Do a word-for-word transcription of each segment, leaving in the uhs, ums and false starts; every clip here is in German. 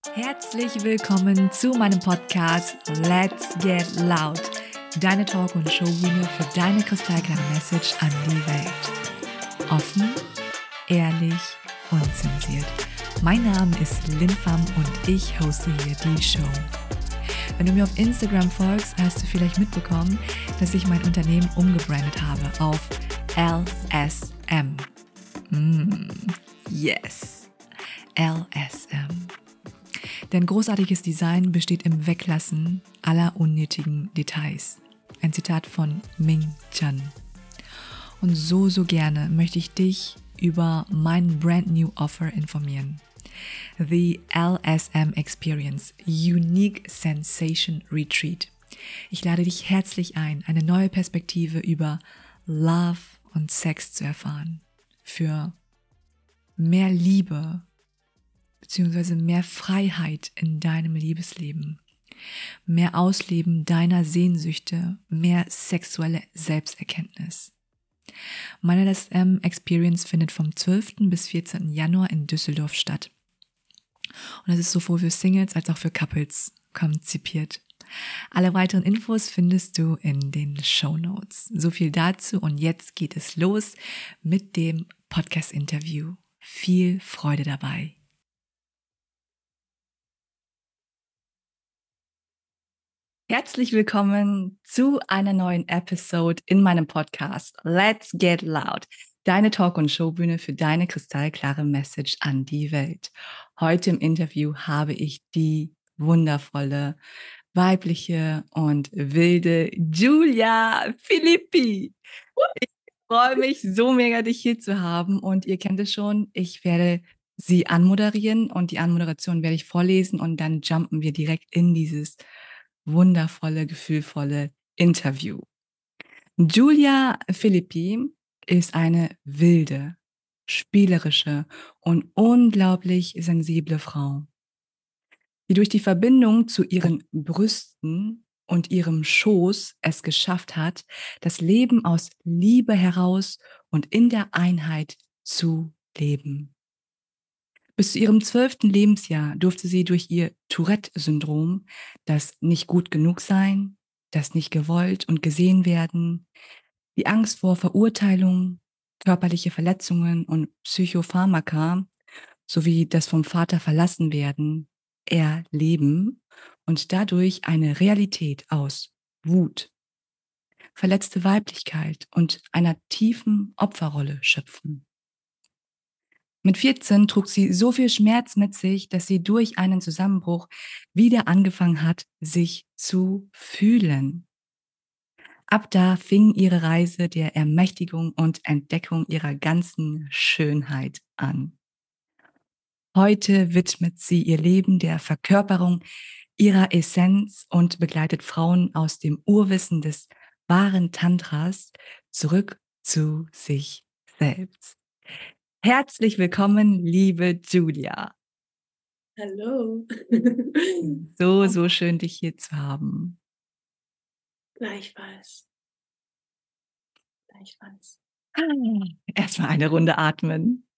Herzlich willkommen zu meinem Podcast Let's Get Loud, deine Talk- und Showbühne für deine kristallklare Message an die Welt. Offen, ehrlich, unzensiert. Mein Name ist Lin Pham und ich hoste hier die Show. Wenn du mir auf Instagram folgst, hast du vielleicht mitbekommen, dass ich mein Unternehmen umgebrandet habe auf L S M. Mm, yes, L S M. Denn großartiges Design besteht im Weglassen aller unnötigen Details. Ein Zitat von Ming Chen. Und so, so gerne möchte ich dich über mein brand new Offer informieren. The L S M Experience Unique Sensation Retreat. Ich lade dich herzlich ein, eine neue Perspektive über Love und Sex zu erfahren. Für mehr Liebe beziehungsweise mehr Freiheit in deinem Liebesleben, mehr Ausleben deiner Sehnsüchte, mehr sexuelle Selbsterkenntnis. Meine L S M Experience findet vom zwölften bis vierzehnten Januar in Düsseldorf statt. Und es ist sowohl für Singles als auch für Couples konzipiert. Alle weiteren Infos findest du in den Shownotes. So viel dazu und jetzt geht es los mit dem Podcast-Interview. Viel Freude dabei. Herzlich willkommen zu einer neuen Episode in meinem Podcast Let's Get Loud, deine Talk- und Showbühne für deine kristallklare Message an die Welt. Heute im Interview habe ich die wundervolle, weibliche und wilde Giulia Filippi. Ich freue mich so mega, dich hier zu haben und ihr kennt es schon, ich werde sie anmoderieren und die Anmoderation werde ich vorlesen und dann jumpen wir direkt in dieses wundervolle, gefühlvolle Interview. Giulia Filippi ist eine wilde, spielerische und unglaublich sensible Frau, die durch die Verbindung zu ihren Brüsten und ihrem Schoß es geschafft hat, das Leben aus Liebe heraus und in der Einheit zu leben. Bis zu ihrem zwölften Lebensjahr durfte sie durch ihr Tourette-Syndrom, das nicht gut genug sein, das nicht gewollt und gesehen werden, die Angst vor Verurteilung, körperliche Verletzungen und Psychopharmaka sowie das vom Vater verlassen werden, erleben und dadurch eine Realität aus Wut, verletzte Weiblichkeit und einer tiefen Opferrolle schöpfen. Mit vierzehn trug sie so viel Schmerz mit sich, dass sie durch einen Zusammenbruch wieder angefangen hat, sich zu fühlen. Ab da fing ihre Reise der Ermächtigung und Entdeckung ihrer ganzen Schönheit an. Heute widmet sie ihr Leben der Verkörperung ihrer Essenz und begleitet Frauen aus dem Urwissen des wahren Tantras zurück zu sich selbst. Herzlich willkommen, liebe Giulia. Hallo. So, so schön, dich hier zu haben. Gleichfalls. Gleichfalls. Erstmal eine Runde atmen.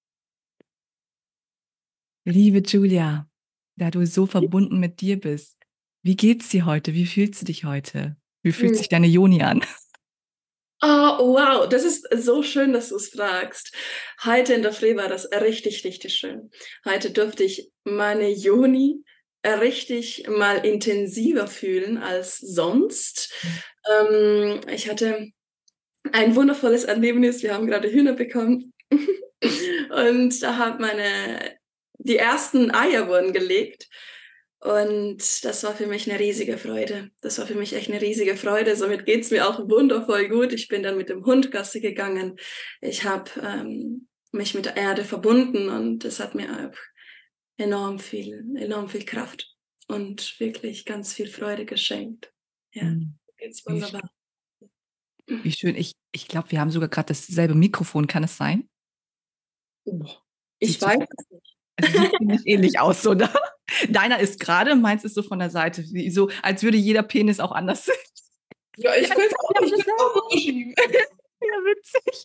Liebe Giulia, da du so verbunden mit dir bist, wie geht's dir heute? Wie fühlst du dich heute? Wie fühlt sich deine Joni an? Oh, wow, das ist so schön, dass du es fragst. Heute in der Früh war das richtig, richtig schön. Heute durfte ich meine Joni richtig mal intensiver fühlen als sonst. Ähm, ich hatte ein wundervolles Erlebnis. Wir haben gerade Hühner bekommen. Und da hat meine, die ersten Eier wurden gelegt. Und das war für mich eine riesige Freude. Das war für mich echt eine riesige Freude. Somit geht's mir auch wundervoll gut. Ich bin dann mit dem Hund Gassi gegangen. Ich habe ähm, mich mit der Erde verbunden und das hat mir auch enorm viel, enorm viel Kraft und wirklich ganz viel Freude geschenkt. Ja, Hm, geht's Wie schön. wunderbar. Wie schön. Ich, ich glaube, wir haben sogar gerade dasselbe Mikrofon. Kann es sein? Ich Sieht so, weiß es nicht. es sieht ziemlich ähnlich aus, oder? Deiner ist gerade, meins ist so von der Seite, wie so, als würde jeder Penis auch anders sein. Ja, ich Ja, könnte ich auch, hab ich könnte auch so schieben. Ja, witzig.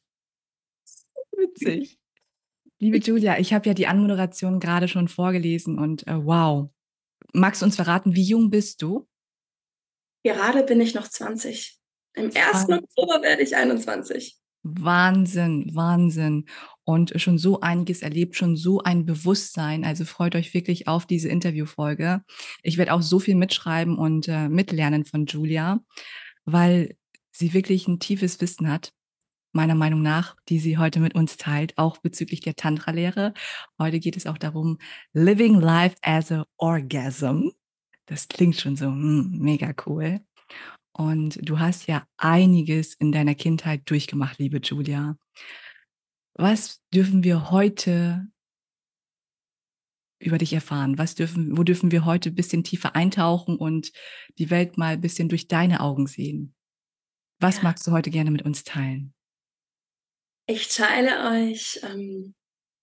Witzig. Liebe Giulia, ich habe ja die Anmoderation gerade schon vorgelesen und äh, wow, magst du uns verraten, wie jung bist du? Gerade bin ich noch zwanzig. Im ersten Oktober werde ich einundzwanzig. Wahnsinn, Wahnsinn. Und schon so einiges erlebt, schon so ein Bewusstsein. Also freut euch wirklich auf diese Interviewfolge. Ich werde auch so viel mitschreiben und äh, mitlernen von Julia, weil sie wirklich ein tiefes Wissen hat, meiner Meinung nach, die sie heute mit uns teilt, auch bezüglich der Tantra-Lehre. Heute geht es auch darum, living life as a orgasm. Das klingt schon so hm, mega cool. Und du hast ja einiges in deiner Kindheit durchgemacht, liebe Julia. Was dürfen wir heute über dich erfahren? Was dürfen, wo dürfen wir heute ein bisschen tiefer eintauchen und die Welt mal ein bisschen durch deine Augen sehen? Was Ja. magst du heute gerne mit uns teilen? Ich teile euch, ähm,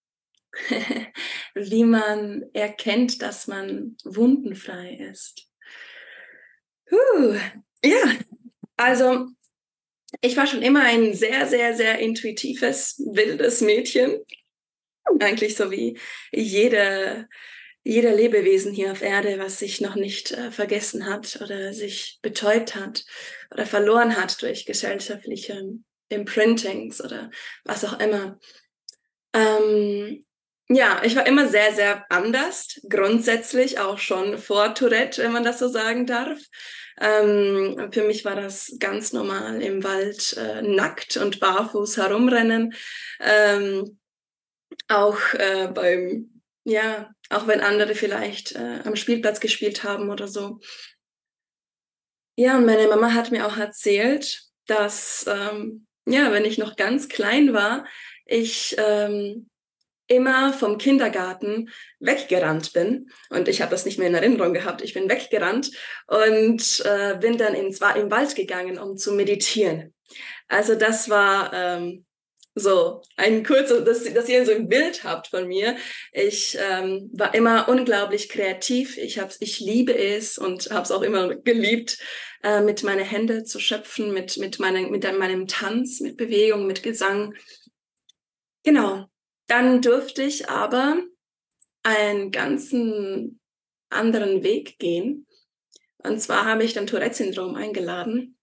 wie man erkennt, dass man wundenfrei ist. Huh. Ja, also ich war schon immer ein sehr, sehr, sehr intuitives, wildes Mädchen. Eigentlich so wie jede, jeder Lebewesen hier auf Erde, was sich noch nicht äh, vergessen hat oder sich betäubt hat oder verloren hat durch gesellschaftliche Imprintings oder was auch immer. Ähm, ja, ich war immer sehr, sehr anders, grundsätzlich auch schon vor Tourette, wenn man das so sagen darf. Ähm, für mich war das ganz normal im Wald äh, nackt und barfuß herumrennen. Ähm, auch äh, beim, ja, auch wenn andere vielleicht äh, am Spielplatz gespielt haben oder so. Ja, und meine Mama hat mir auch erzählt, dass, ähm, ja, wenn ich noch ganz klein war, ich ähm, immer vom Kindergarten weggerannt bin. Und ich habe das nicht mehr in Erinnerung gehabt. Ich bin weggerannt und äh, bin dann ins, im Wald gegangen, um zu meditieren. Also das war ähm, so ein kurzer, dass, dass ihr so ein Bild habt von mir. Ich ähm, war immer unglaublich kreativ. Ich, hab's, ich liebe es und habe es auch immer geliebt, äh, mit meinen Händen zu schöpfen, mit, mit, meinen, mit meinem Tanz, mit Bewegung, mit Gesang. Genau. Dann durfte ich aber einen ganzen anderen Weg gehen. Und zwar habe ich dann Tourette-Syndrom eingeladen.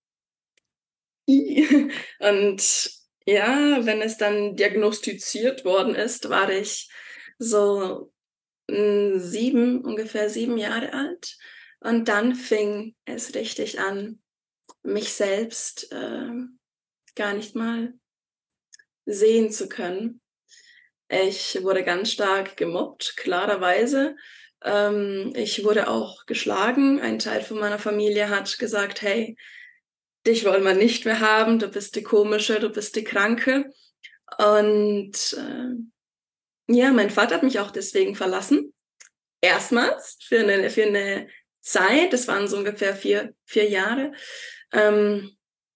Und ja, wenn es dann diagnostiziert worden ist, war ich so mh, sieben, ungefähr sieben Jahre alt. Und dann fing es richtig an, mich selbst äh, gar nicht mal sehen zu können. Ich wurde ganz stark gemobbt, klarerweise. Ähm, ich wurde auch geschlagen. Ein Teil von meiner Familie hat gesagt, hey, dich wollen wir nicht mehr haben, du bist die Komische, du bist die Kranke. Und äh, ja, mein Vater hat mich auch deswegen verlassen. Erstmals für eine, für eine Zeit, das waren so ungefähr vier, vier Jahre. Ähm,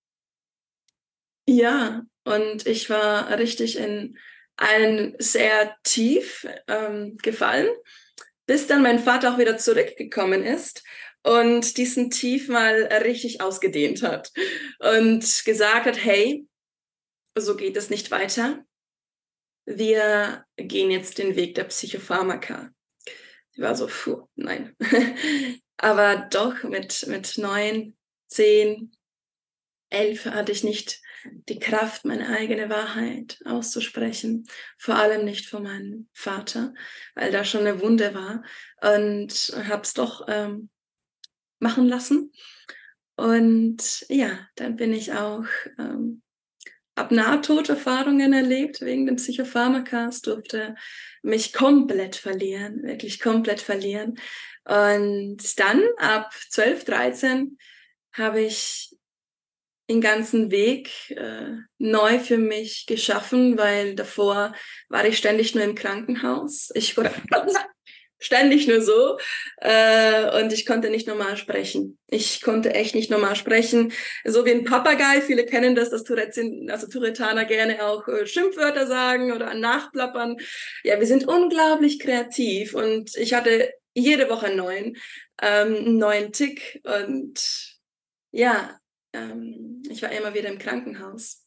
ja, und ich war richtig in einen sehr tief ähm, gefallen, bis dann mein Vater auch wieder zurückgekommen ist und diesen Tief mal richtig ausgedehnt hat und gesagt hat, hey, so geht es nicht weiter. Wir gehen jetzt den Weg der Psychopharmaka. Ich war so, puh, nein. Aber doch mit, mit neun, zehn, elf hatte ich nicht die Kraft, meine eigene Wahrheit auszusprechen. Vor allem nicht vor meinem Vater, weil da schon eine Wunde war. Und habe es doch ähm, machen lassen. Und ja, dann bin ich auch, ähm, habe Nahtoderfahrungen erlebt wegen den Psychopharmakas, durfte mich komplett verlieren, wirklich komplett verlieren. Und dann ab zwölf, dreizehn habe ich den ganzen Weg äh, neu für mich geschaffen, weil davor war ich ständig nur im Krankenhaus. Ich wurde ständig nur so äh, und ich konnte nicht normal sprechen. Ich konnte echt nicht normal sprechen. So wie ein Papagei, viele kennen das, dass Tourette sind, also Touretaner gerne auch äh, Schimpfwörter sagen oder nachplappern. Ja, wir sind unglaublich kreativ und ich hatte jede Woche einen neuen, ähm, einen neuen Tick und ja, ähm, ich war immer wieder im Krankenhaus.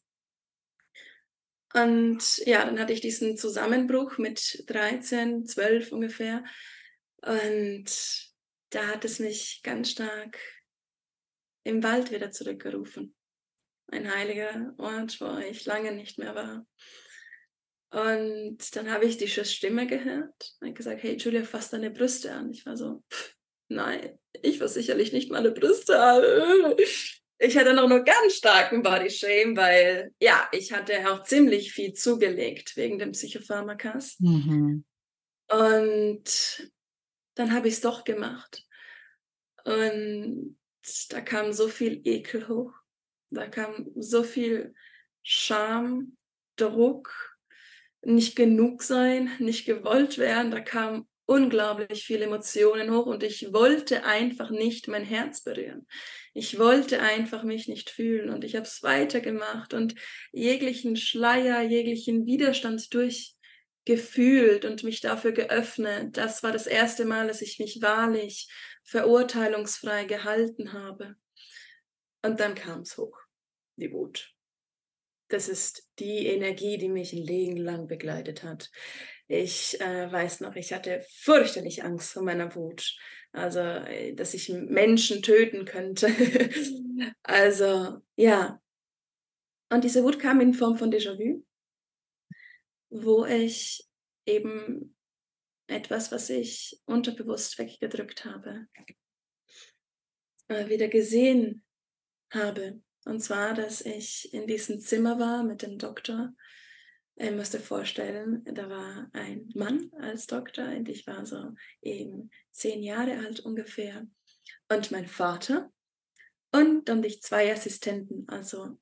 Und ja, dann hatte ich diesen Zusammenbruch mit dreizehn, zwölf ungefähr. Und da hat es mich ganz stark im Wald wieder zurückgerufen. Ein heiliger Ort, wo ich lange nicht mehr war. Und dann habe ich diese Stimme gehört und gesagt, hey Julia, fass deine Brüste an. Ich war so, pff, nein, ich fasse sicherlich nicht meine Brüste an. Ich hatte noch nur ganz starken Body Shame, weil ja, ich hatte auch ziemlich viel zugelegt wegen den Psychopharmakas. Mhm. Und dann habe ich es doch gemacht. Und da kam so viel Ekel hoch. Da kam so viel Scham, Druck, nicht genug sein, nicht gewollt werden. Da kamen unglaublich viele Emotionen hoch und ich wollte einfach nicht mein Herz berühren. Ich wollte einfach mich nicht fühlen und ich habe es weitergemacht und jeglichen Schleier, jeglichen Widerstand durchgefühlt und mich dafür geöffnet. Das war das erste Mal, dass ich mich wahrlich verurteilungsfrei gehalten habe. Und dann kam es hoch, die Wut. Das ist die Energie, die mich ein Leben lang begleitet hat. Ich äh, weiß noch, ich hatte fürchterlich Angst vor meiner Wut. Also, äh, dass ich Menschen töten könnte. Also, ja. Und diese Wut kam in Form von Déjà-vu, wo ich eben etwas, was ich unterbewusst weggedrückt habe, äh, wieder gesehen habe. Und zwar, dass ich in diesem Zimmer war mit dem Doktor. Ihr müsst euch vorstellen, da war ein Mann als Doktor und ich war so eben zehn Jahre alt ungefähr. Und mein Vater und dann die zwei Assistenten, also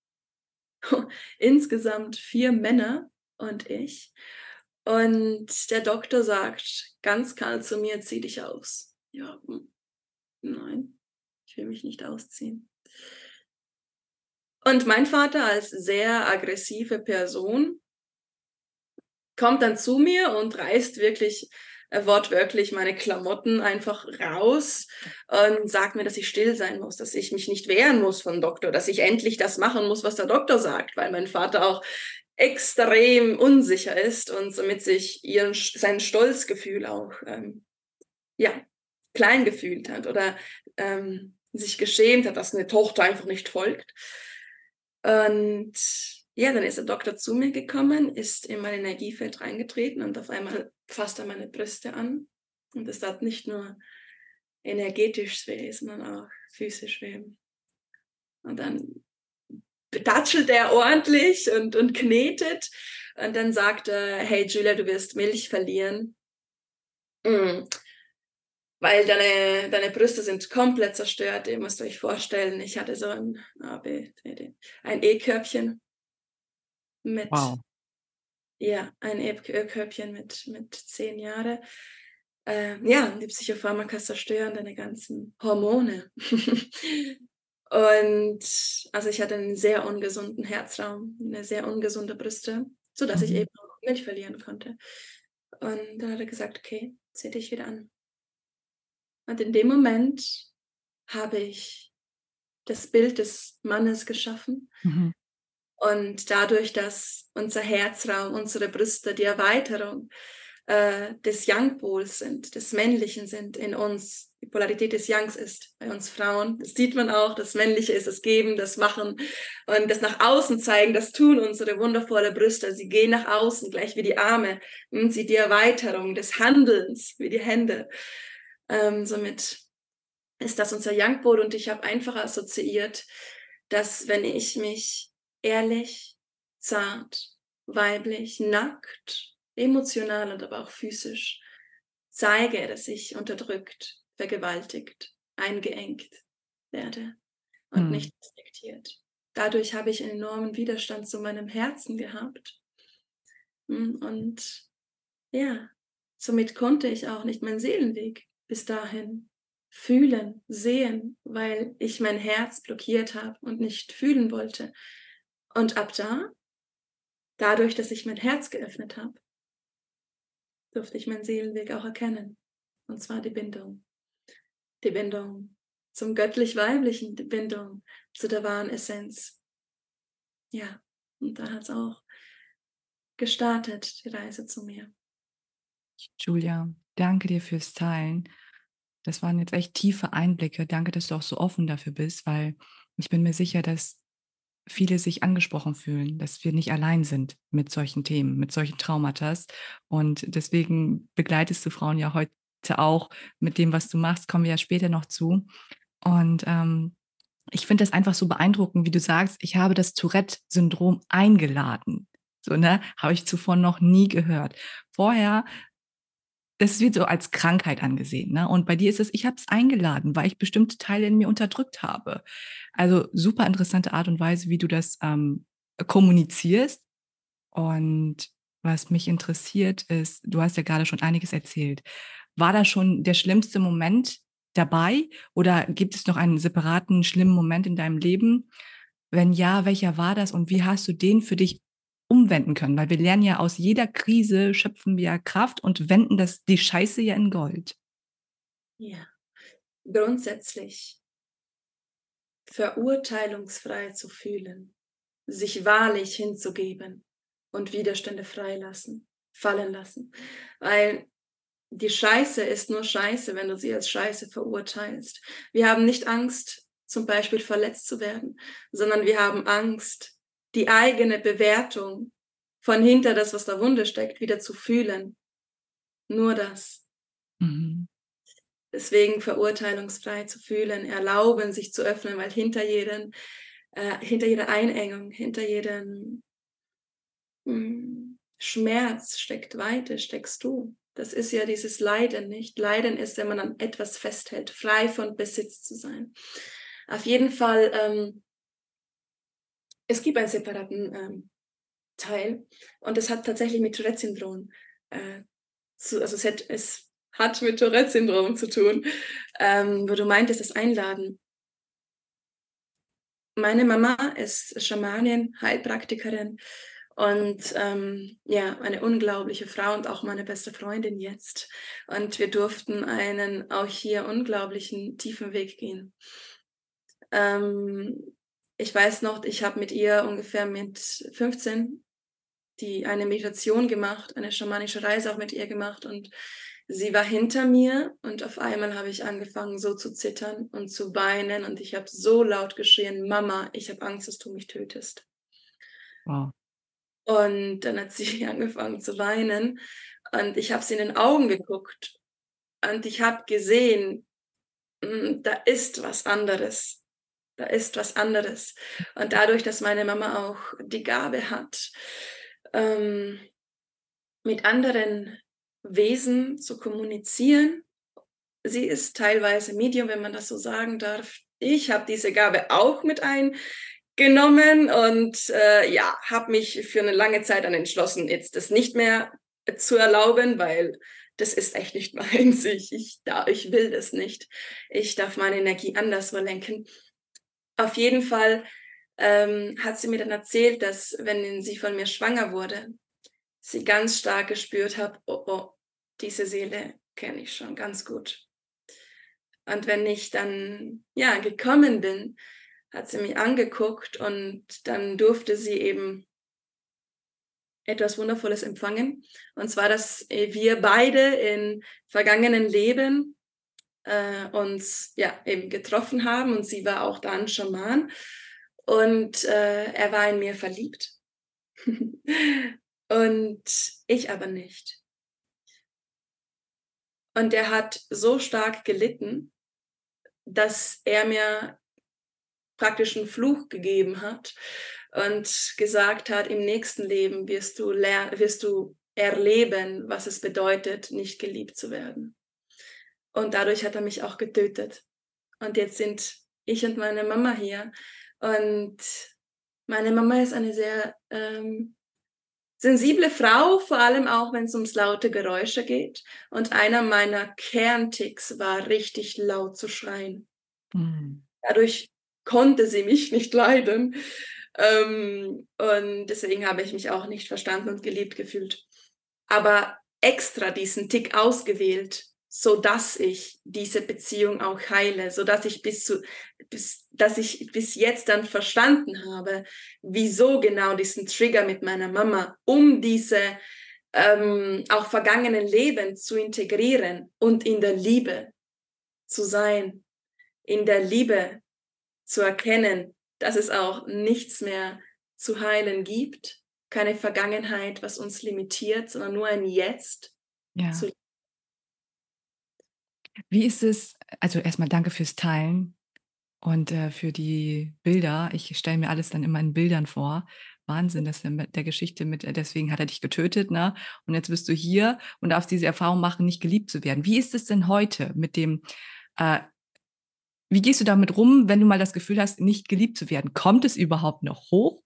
insgesamt vier Männer und ich. Und der Doktor sagt ganz kalt zu mir, zieh dich aus. Ja, hm, nein, ich will mich nicht ausziehen. Und mein Vater als sehr aggressive Person kommt dann zu mir und reißt wirklich äh, wortwörtlich meine Klamotten einfach raus und sagt mir, dass ich still sein muss, dass ich mich nicht wehren muss vom Doktor, dass ich endlich das machen muss, was der Doktor sagt, weil mein Vater auch extrem unsicher ist und somit sich ihren, sein Stolzgefühl auch ähm, ja, klein gefühlt hat oder ähm, sich geschämt hat, dass eine Tochter einfach nicht folgt. Und ja, dann ist der Doktor zu mir gekommen, ist in mein Energiefeld reingetreten und auf einmal fasst er meine Brüste an. Und es tat nicht nur energetisch weh, sondern auch physisch weh. Und dann betatschelt er ordentlich und, und knetet. Und dann sagt er, hey Julia, du wirst Milch verlieren. Mm. Weil deine, deine Brüste sind komplett zerstört. Ihr müsst euch vorstellen, ich hatte so ein A, B, C, D, ein E-Körbchen mit, Wow. ja, ein E-Körbchen mit, mit zehn Jahren. Äh, ja, die Psychopharmaka zerstören deine ganzen Hormone. Und also ich hatte einen sehr ungesunden Herzraum, eine sehr ungesunde Brüste, sodass ich Mhm. eben auch Milch verlieren konnte. Und dann hat er gesagt, okay, zieh dich wieder an. Und in dem Moment habe ich das Bild des Mannes geschaffen. Mhm. Und dadurch, dass unser Herzraum, unsere Brüste die Erweiterung äh, des Yang-Pols sind, des Männlichen sind in uns, die Polarität des Yangs ist bei uns Frauen. Das sieht man auch, das Männliche ist das Geben, das Machen und das nach außen zeigen, das tun unsere wundervolle Brüste. Sie gehen nach außen, gleich wie die Arme. Und sie die Erweiterung des Handelns, wie die Hände. Ähm, somit ist das unser Yang-Pol und ich habe einfach assoziiert, dass wenn ich mich ehrlich, zart, weiblich, nackt, emotional und aber auch physisch zeige, dass ich unterdrückt, vergewaltigt, eingeengt werde und Mhm. nicht respektiert. Dadurch habe ich einen enormen Widerstand zu meinem Herzen gehabt. Und ja, somit konnte ich auch nicht meinen Seelenweg bis dahin fühlen, sehen, weil ich mein Herz blockiert habe und nicht fühlen wollte. Und ab da, dadurch, dass ich mein Herz geöffnet habe, durfte ich meinen Seelenweg auch erkennen. Und zwar die Bindung. Die Bindung zum göttlich-weiblichen, die Bindung zu der wahren Essenz. Ja, und da hat es auch gestartet, die Reise zu mir. Julia, danke dir fürs Teilen. Das waren jetzt echt tiefe Einblicke. Danke, dass du auch so offen dafür bist, weil ich bin mir sicher, dass viele sich angesprochen fühlen, dass wir nicht allein sind mit solchen Themen, mit solchen Traumata. Und deswegen begleitest du Frauen ja heute auch mit dem, was du machst, kommen wir ja später noch zu. Und ähm, ich finde das einfach so beeindruckend, wie du sagst, ich habe das Tourette-Syndrom eingeladen. So, ne? Habe ich zuvor noch nie gehört. Vorher, das wird so als Krankheit angesehen, ne? Und bei dir ist es, ich habe es eingeladen, weil ich bestimmte Teile in mir unterdrückt habe. Also super interessante Art und Weise, wie du das ähm, kommunizierst. Und was mich interessiert ist, du hast ja gerade schon einiges erzählt. War da schon der schlimmste Moment dabei oder gibt es noch einen separaten schlimmen Moment in deinem Leben? Wenn ja, welcher war das und wie hast du den für dich umwenden können? Weil wir lernen ja, aus jeder Krise schöpfen wir ja Kraft und wenden das, die Scheiße ja in Gold. Ja, grundsätzlich verurteilungsfrei zu fühlen, sich wahrlich hinzugeben und Widerstände freilassen, fallen lassen. Weil die Scheiße ist nur Scheiße, wenn du sie als Scheiße verurteilst. Wir haben nicht Angst, zum Beispiel verletzt zu werden, sondern wir haben Angst, die eigene Bewertung von hinter das, was da Wunde steckt, wieder zu fühlen. Nur das. Mhm. Deswegen verurteilungsfrei zu fühlen, erlauben, sich zu öffnen, weil hinter jedem, äh, hinter jeder Einengung, hinter jedem mh, Schmerz steckt Weite, steckst du. Das ist ja dieses Leiden nicht. Leiden ist, wenn man an etwas festhält, frei von Besitz zu sein. Auf jeden Fall, ähm, es gibt einen separaten ähm, Teil und es hat tatsächlich mit Tourette-Syndrom äh, zu, also es hat, es hat mit Tourette-Syndrom zu tun, ähm, wo du meintest, das Einladen. Meine Mama ist Schamanin, Heilpraktikerin und ähm, ja, eine unglaubliche Frau und auch meine beste Freundin jetzt. Und wir durften einen auch hier unglaublichen tiefen Weg gehen. Ähm, ich weiß noch, ich habe mit ihr ungefähr mit fünfzehn die eine Meditation gemacht, eine schamanische Reise auch mit ihr gemacht und sie war hinter mir und auf einmal habe ich angefangen so zu zittern und zu weinen und ich habe so laut geschrien, Mama, ich habe Angst, dass du mich tötest. Wow. Und dann hat sie angefangen zu weinen und ich habe sie in den Augen geguckt und ich habe gesehen, da ist was anderes. Da ist was anderes. Und dadurch, dass meine Mama auch die Gabe hat, ähm, mit anderen Wesen zu kommunizieren. Sie ist teilweise Medium, wenn man das so sagen darf. Ich habe diese Gabe auch mit eingenommen und äh, ja, habe mich für eine lange Zeit dann entschlossen, jetzt das nicht mehr zu erlauben, weil das ist echt nicht meins. Ich, ich, da, ich will das nicht. Ich darf meine Energie anderswo lenken. Auf jeden Fall ähm, hat sie mir dann erzählt, dass wenn sie von mir schwanger wurde, sie ganz stark gespürt hat, oh, oh, diese Seele kenne ich schon ganz gut. Und wenn ich dann ja gekommen bin, hat sie mich angeguckt und dann durfte sie eben etwas Wundervolles empfangen. Und zwar, dass wir beide in vergangenen Leben äh, uns ja eben getroffen haben und sie war auch dann Schaman und äh, er war in mir verliebt. Und ich aber nicht. Und er hat so stark gelitten, dass er mir praktisch einen Fluch gegeben hat und gesagt hat, im nächsten Leben wirst du lernen, wirst du erleben, was es bedeutet, nicht geliebt zu werden. Und dadurch hat er mich auch getötet. Und jetzt sind ich und meine Mama hier. Und meine Mama ist eine sehr ähm, sensible Frau, vor allem auch, wenn es ums laute Geräusche geht. Und einer meiner Kernticks war, richtig laut zu schreien. Mhm. Dadurch konnte sie mich nicht leiden. Ähm, und deswegen habe ich mich auch nicht verstanden und geliebt gefühlt. Aber extra diesen Tick ausgewählt, so dass ich diese Beziehung auch heile, so dass ich bis zu, bis, dass ich bis jetzt dann verstanden habe, wieso genau diesen Trigger mit meiner Mama, um diese ähm, auch vergangenen Leben zu integrieren und in der Liebe zu sein, in der Liebe zu erkennen, dass es auch nichts mehr zu heilen gibt, keine Vergangenheit, was uns limitiert, sondern nur ein Jetzt. Ja. Zu Wie ist es, also erstmal danke fürs Teilen und äh, für die Bilder. Ich stelle mir alles dann immer in Bildern vor. Wahnsinn, das ist mit der Geschichte mit, äh, deswegen hat er dich getötet, ne? Und jetzt bist du hier und darfst diese Erfahrung machen, nicht geliebt zu werden. Wie ist es denn heute mit dem, äh, wie gehst du damit rum, wenn du mal das Gefühl hast, nicht geliebt zu werden? Kommt es überhaupt noch hoch?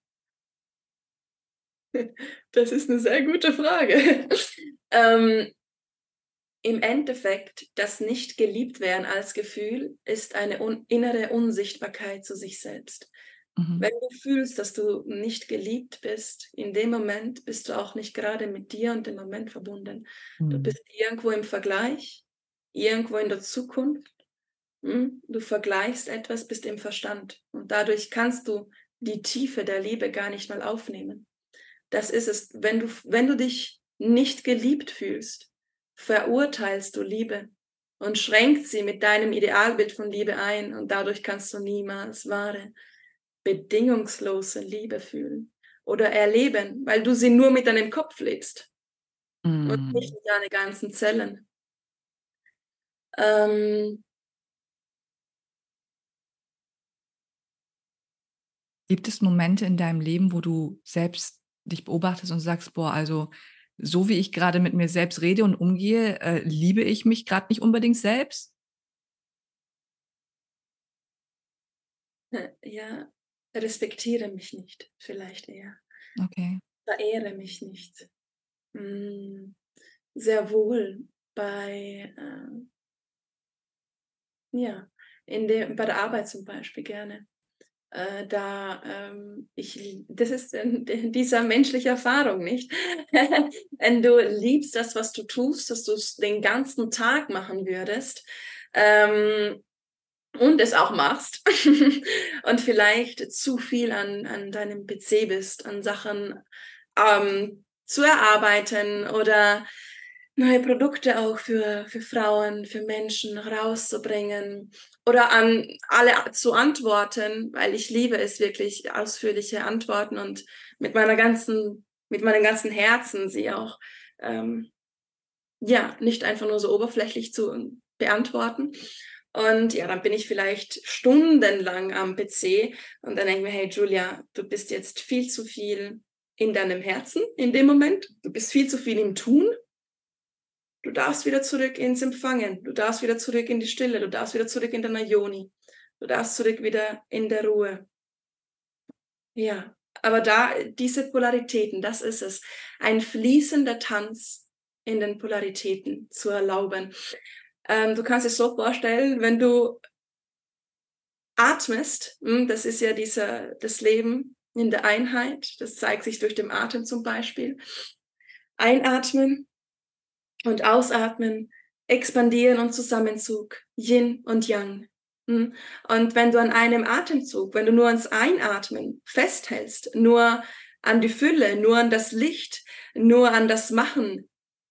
Das ist eine sehr gute Frage. ähm, Im Endeffekt, das nicht geliebt werden als Gefühl ist eine un- innere Unsichtbarkeit zu sich selbst. Mhm. Wenn du fühlst, dass du nicht geliebt bist, in dem Moment bist du auch nicht gerade mit dir und dem Moment verbunden. Du Mhm. bist irgendwo im Vergleich, irgendwo in der Zukunft. hm? Du vergleichst etwas, bist im Verstand. Und dadurch kannst du die Tiefe der Liebe gar nicht mal aufnehmen. Das ist es. Wenn du, wenn du dich nicht geliebt fühlst, verurteilst du Liebe und schränkst sie mit deinem Idealbild von Liebe ein. Und dadurch kannst du niemals wahre bedingungslose Liebe fühlen oder erleben, weil du sie nur mit deinem Kopf lebst und nicht Mhm. mit deinen ganzen Zellen. Ähm, Gibt es Momente in deinem Leben, wo du selbst dich beobachtest und sagst, boah, also so wie ich gerade mit mir selbst rede und umgehe, äh, liebe ich mich gerade nicht unbedingt selbst? ja, respektiere mich nicht, vielleicht eher. Okay. Verehre mich nicht. Hm, sehr wohl bei, äh, ja, in der, bei der Arbeit zum Beispiel gerne. Äh, da ähm, ich, das ist in, in dieser menschliche Erfahrung, nicht? Wenn du liebst das, was du tust, dass du es den ganzen Tag machen würdest ähm, und es auch machst und vielleicht zu viel an, an deinem P C bist, an Sachen ähm, zu erarbeiten oder neue Produkte auch für, für Frauen, für Menschen rauszubringen oder an alle zu antworten, weil ich liebe es wirklich, ausführliche Antworten und mit meiner ganzen, mit meinem ganzen Herzen sie auch, ähm, ja, nicht einfach nur so oberflächlich zu beantworten. Und ja, dann bin ich vielleicht stundenlang am P C und dann denke ich mir, hey Julia, du bist jetzt viel zu viel in deinem Herzen in dem Moment. Du bist viel zu viel im Tun. Du darfst wieder zurück ins Empfangen. Du darfst wieder zurück in die Stille. Du darfst wieder zurück in deiner Yoni. Du darfst zurück wieder in der Ruhe. Ja, aber da, diese Polaritäten, das ist es. Ein fließender Tanz in den Polaritäten zu erlauben. Ähm, du kannst es so vorstellen, wenn du atmest, das ist ja dieser, das Leben in der Einheit, das zeigt sich durch den Atem zum Beispiel. Einatmen und ausatmen, expandieren und Zusammenzug, Yin und Yang. Und wenn du an einem Atemzug, wenn du nur ans Einatmen festhältst, nur an die Fülle, nur an das Licht, nur an das Machen,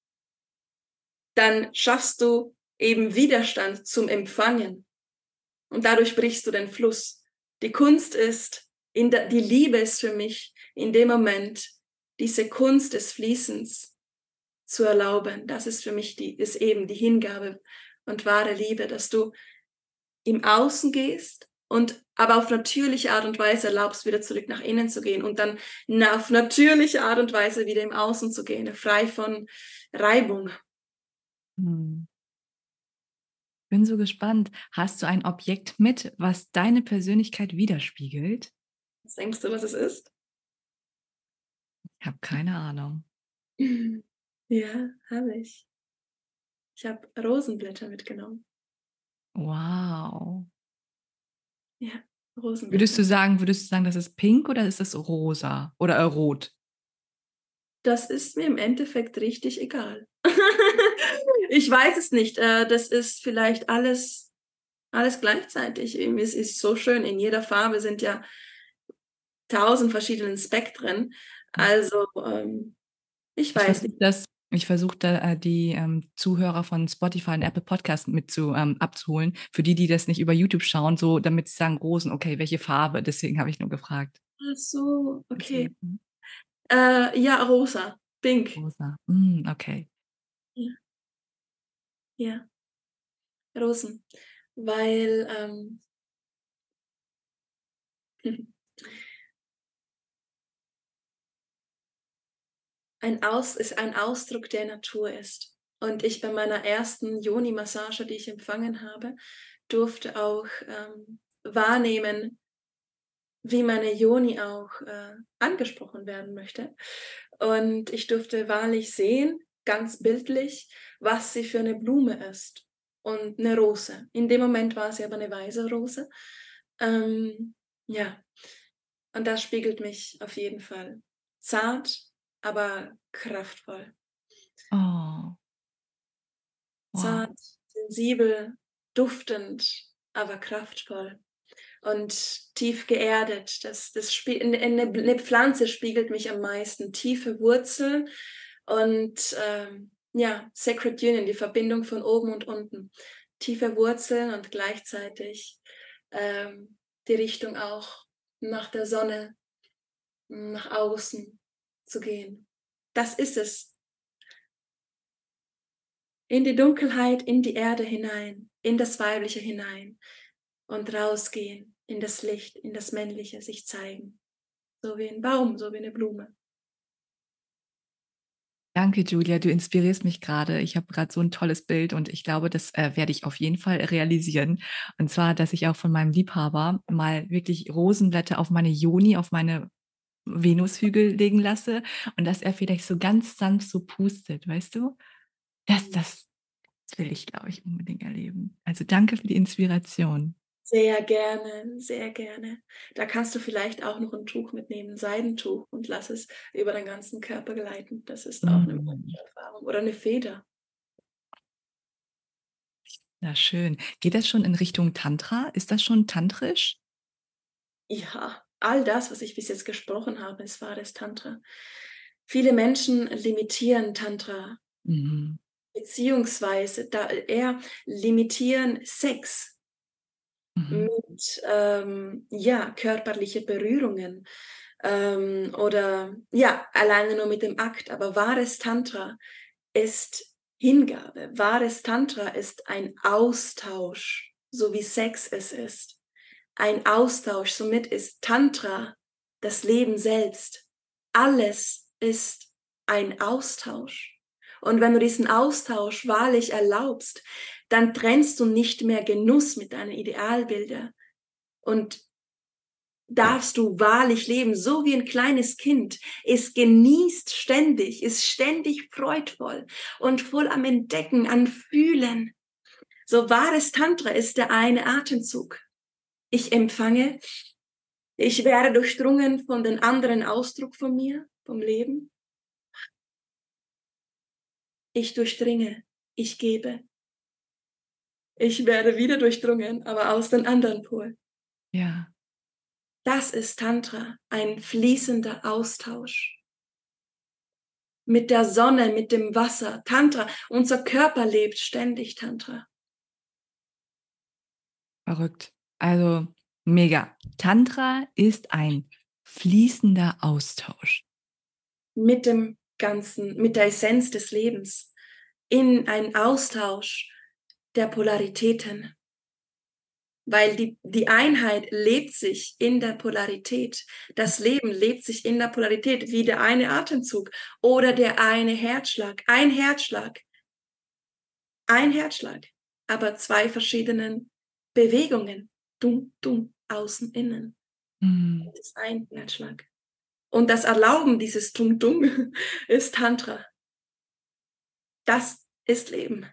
dann schaffst du eben Widerstand zum Empfangen. Und dadurch brichst du den Fluss. Die Kunst ist, in der, die Liebe ist für mich in dem Moment diese Kunst des Fließens zu erlauben. Das ist für mich die, ist eben die Hingabe und wahre Liebe, dass du im Außen gehst und aber auf natürliche Art und Weise erlaubst, wieder zurück nach innen zu gehen und dann auf natürliche Art und Weise wieder im Außen zu gehen, frei von Reibung. Hm. Bin so gespannt. Hast du ein Objekt mit, was deine Persönlichkeit widerspiegelt? Was denkst du, was es ist? Ich habe keine Ahnung. Ja, habe ich. Ich habe Rosenblätter mitgenommen. Wow. Ja, Würdest du Rosenblätter. sagen, würdest du sagen, das ist pink oder ist das rosa oder äh, rot? Das ist mir im Endeffekt richtig egal. Ich weiß es nicht. Äh, Das ist vielleicht alles, alles gleichzeitig. Irgendwie, es ist so schön. In jeder Farbe sind ja tausend verschiedene Spektren. Also, ähm, ich Was weiß ist nicht. das? Ich versuche da äh, die ähm, Zuhörer von Spotify und Apple Podcast mit zu, ähm, abzuholen. Für die, die das nicht über YouTube schauen, so damit sie sagen, Rosen, okay, welche Farbe? Deswegen habe ich nur gefragt. Ach so, okay. Deswegen, Äh, ja, rosa, pink. rosa. Mm, okay. Ja, ja, Rosen. Weil ähm, ein Aus ist ein Ausdruck der Natur ist. Und ich bei meiner ersten Yoni-Massage, die ich empfangen habe, durfte auch ähm, wahrnehmen, wie meine Yoni auch äh, angesprochen werden möchte. Und ich durfte wahrlich sehen, ganz bildlich, was sie für eine Blume ist. Und eine Rose. In dem Moment war sie aber eine weiße Rose. Ähm, ja, und das spiegelt mich auf jeden Fall. Zart, aber kraftvoll. Oh, wow. Zart, sensibel, duftend, aber kraftvoll. Und tief geerdet. Das, das Spie eine, eine Pflanze spiegelt mich am meisten. Tiefe Wurzeln und ähm, ja, Sacred Union, die Verbindung von oben und unten. Tiefe Wurzeln und gleichzeitig ähm, die Richtung auch nach der Sonne, nach außen zu gehen. Das ist es. In die Dunkelheit, in die Erde hinein, in das Weibliche hinein und rausgehen in das Licht, in das Männliche, sich zeigen. So wie ein Baum, so wie eine Blume. Danke, Julia. Du inspirierst mich gerade. Ich habe gerade so ein tolles Bild und ich glaube, das äh, werde ich auf jeden Fall realisieren. Und zwar, dass ich auch von meinem Liebhaber mal wirklich Rosenblätter auf meine Joni, auf meine Venushügel legen lasse und dass er vielleicht so ganz sanft so pustet, weißt du? Das, das, das will ich, glaube ich, unbedingt erleben. Also danke für die Inspiration. Sehr gerne, sehr gerne. Da kannst du vielleicht auch noch ein Tuch mitnehmen, ein Seidentuch, und lass es über deinen ganzen Körper gleiten. Das ist auch eine Mm. wunderschöne Erfahrung. Oder eine Feder. Ja, schön. Geht das schon in Richtung Tantra? Ist das schon tantrisch? Ja, all das, was ich bis jetzt gesprochen habe, ist wahres Tantra. Viele Menschen limitieren Tantra, Mhm. beziehungsweise da eher limitieren Sex Mhm. mit ähm, ja, körperliche Berührungen ähm, oder ja, alleine nur mit dem Akt. Aber wahres Tantra ist Hingabe. Wahres Tantra ist ein Austausch, so wie Sex es ist. Ein Austausch. Somit ist Tantra das Leben selbst. Alles ist ein Austausch. Und wenn du diesen Austausch wahrlich erlaubst, dann trennst du nicht mehr Genuss mit deinen Idealbildern und darfst du wahrlich leben, so wie ein kleines Kind. Es genießt ständig, ist ständig freudvoll und voll am Entdecken, am Fühlen. So wahres Tantra ist der eine Atemzug. Ich empfange, ich werde durchdrungen von den anderen Ausdruck von mir, vom Leben. Ich durchdringe, ich gebe. Ich werde wieder durchdrungen, aber aus den anderen Pol. Ja. Das ist Tantra, ein fließender Austausch. Mit der Sonne, mit dem Wasser. Tantra, unser Körper lebt ständig Tantra. Verrückt. Also mega. Tantra ist ein fließender Austausch. Mit dem Ganzen, mit der Essenz des Lebens. In einen Austausch der Polaritäten. Weil die, die Einheit lebt sich in der Polarität. Das Leben lebt sich in der Polarität, wie der eine Atemzug oder der eine Herzschlag. Ein Herzschlag. Ein Herzschlag, aber zwei verschiedenen Bewegungen. Dumm, dumm, außen, innen. Mhm. Das ist ein Herzschlag. Und das Erlauben dieses Dumm, dumm ist Tantra. Das ist Leben.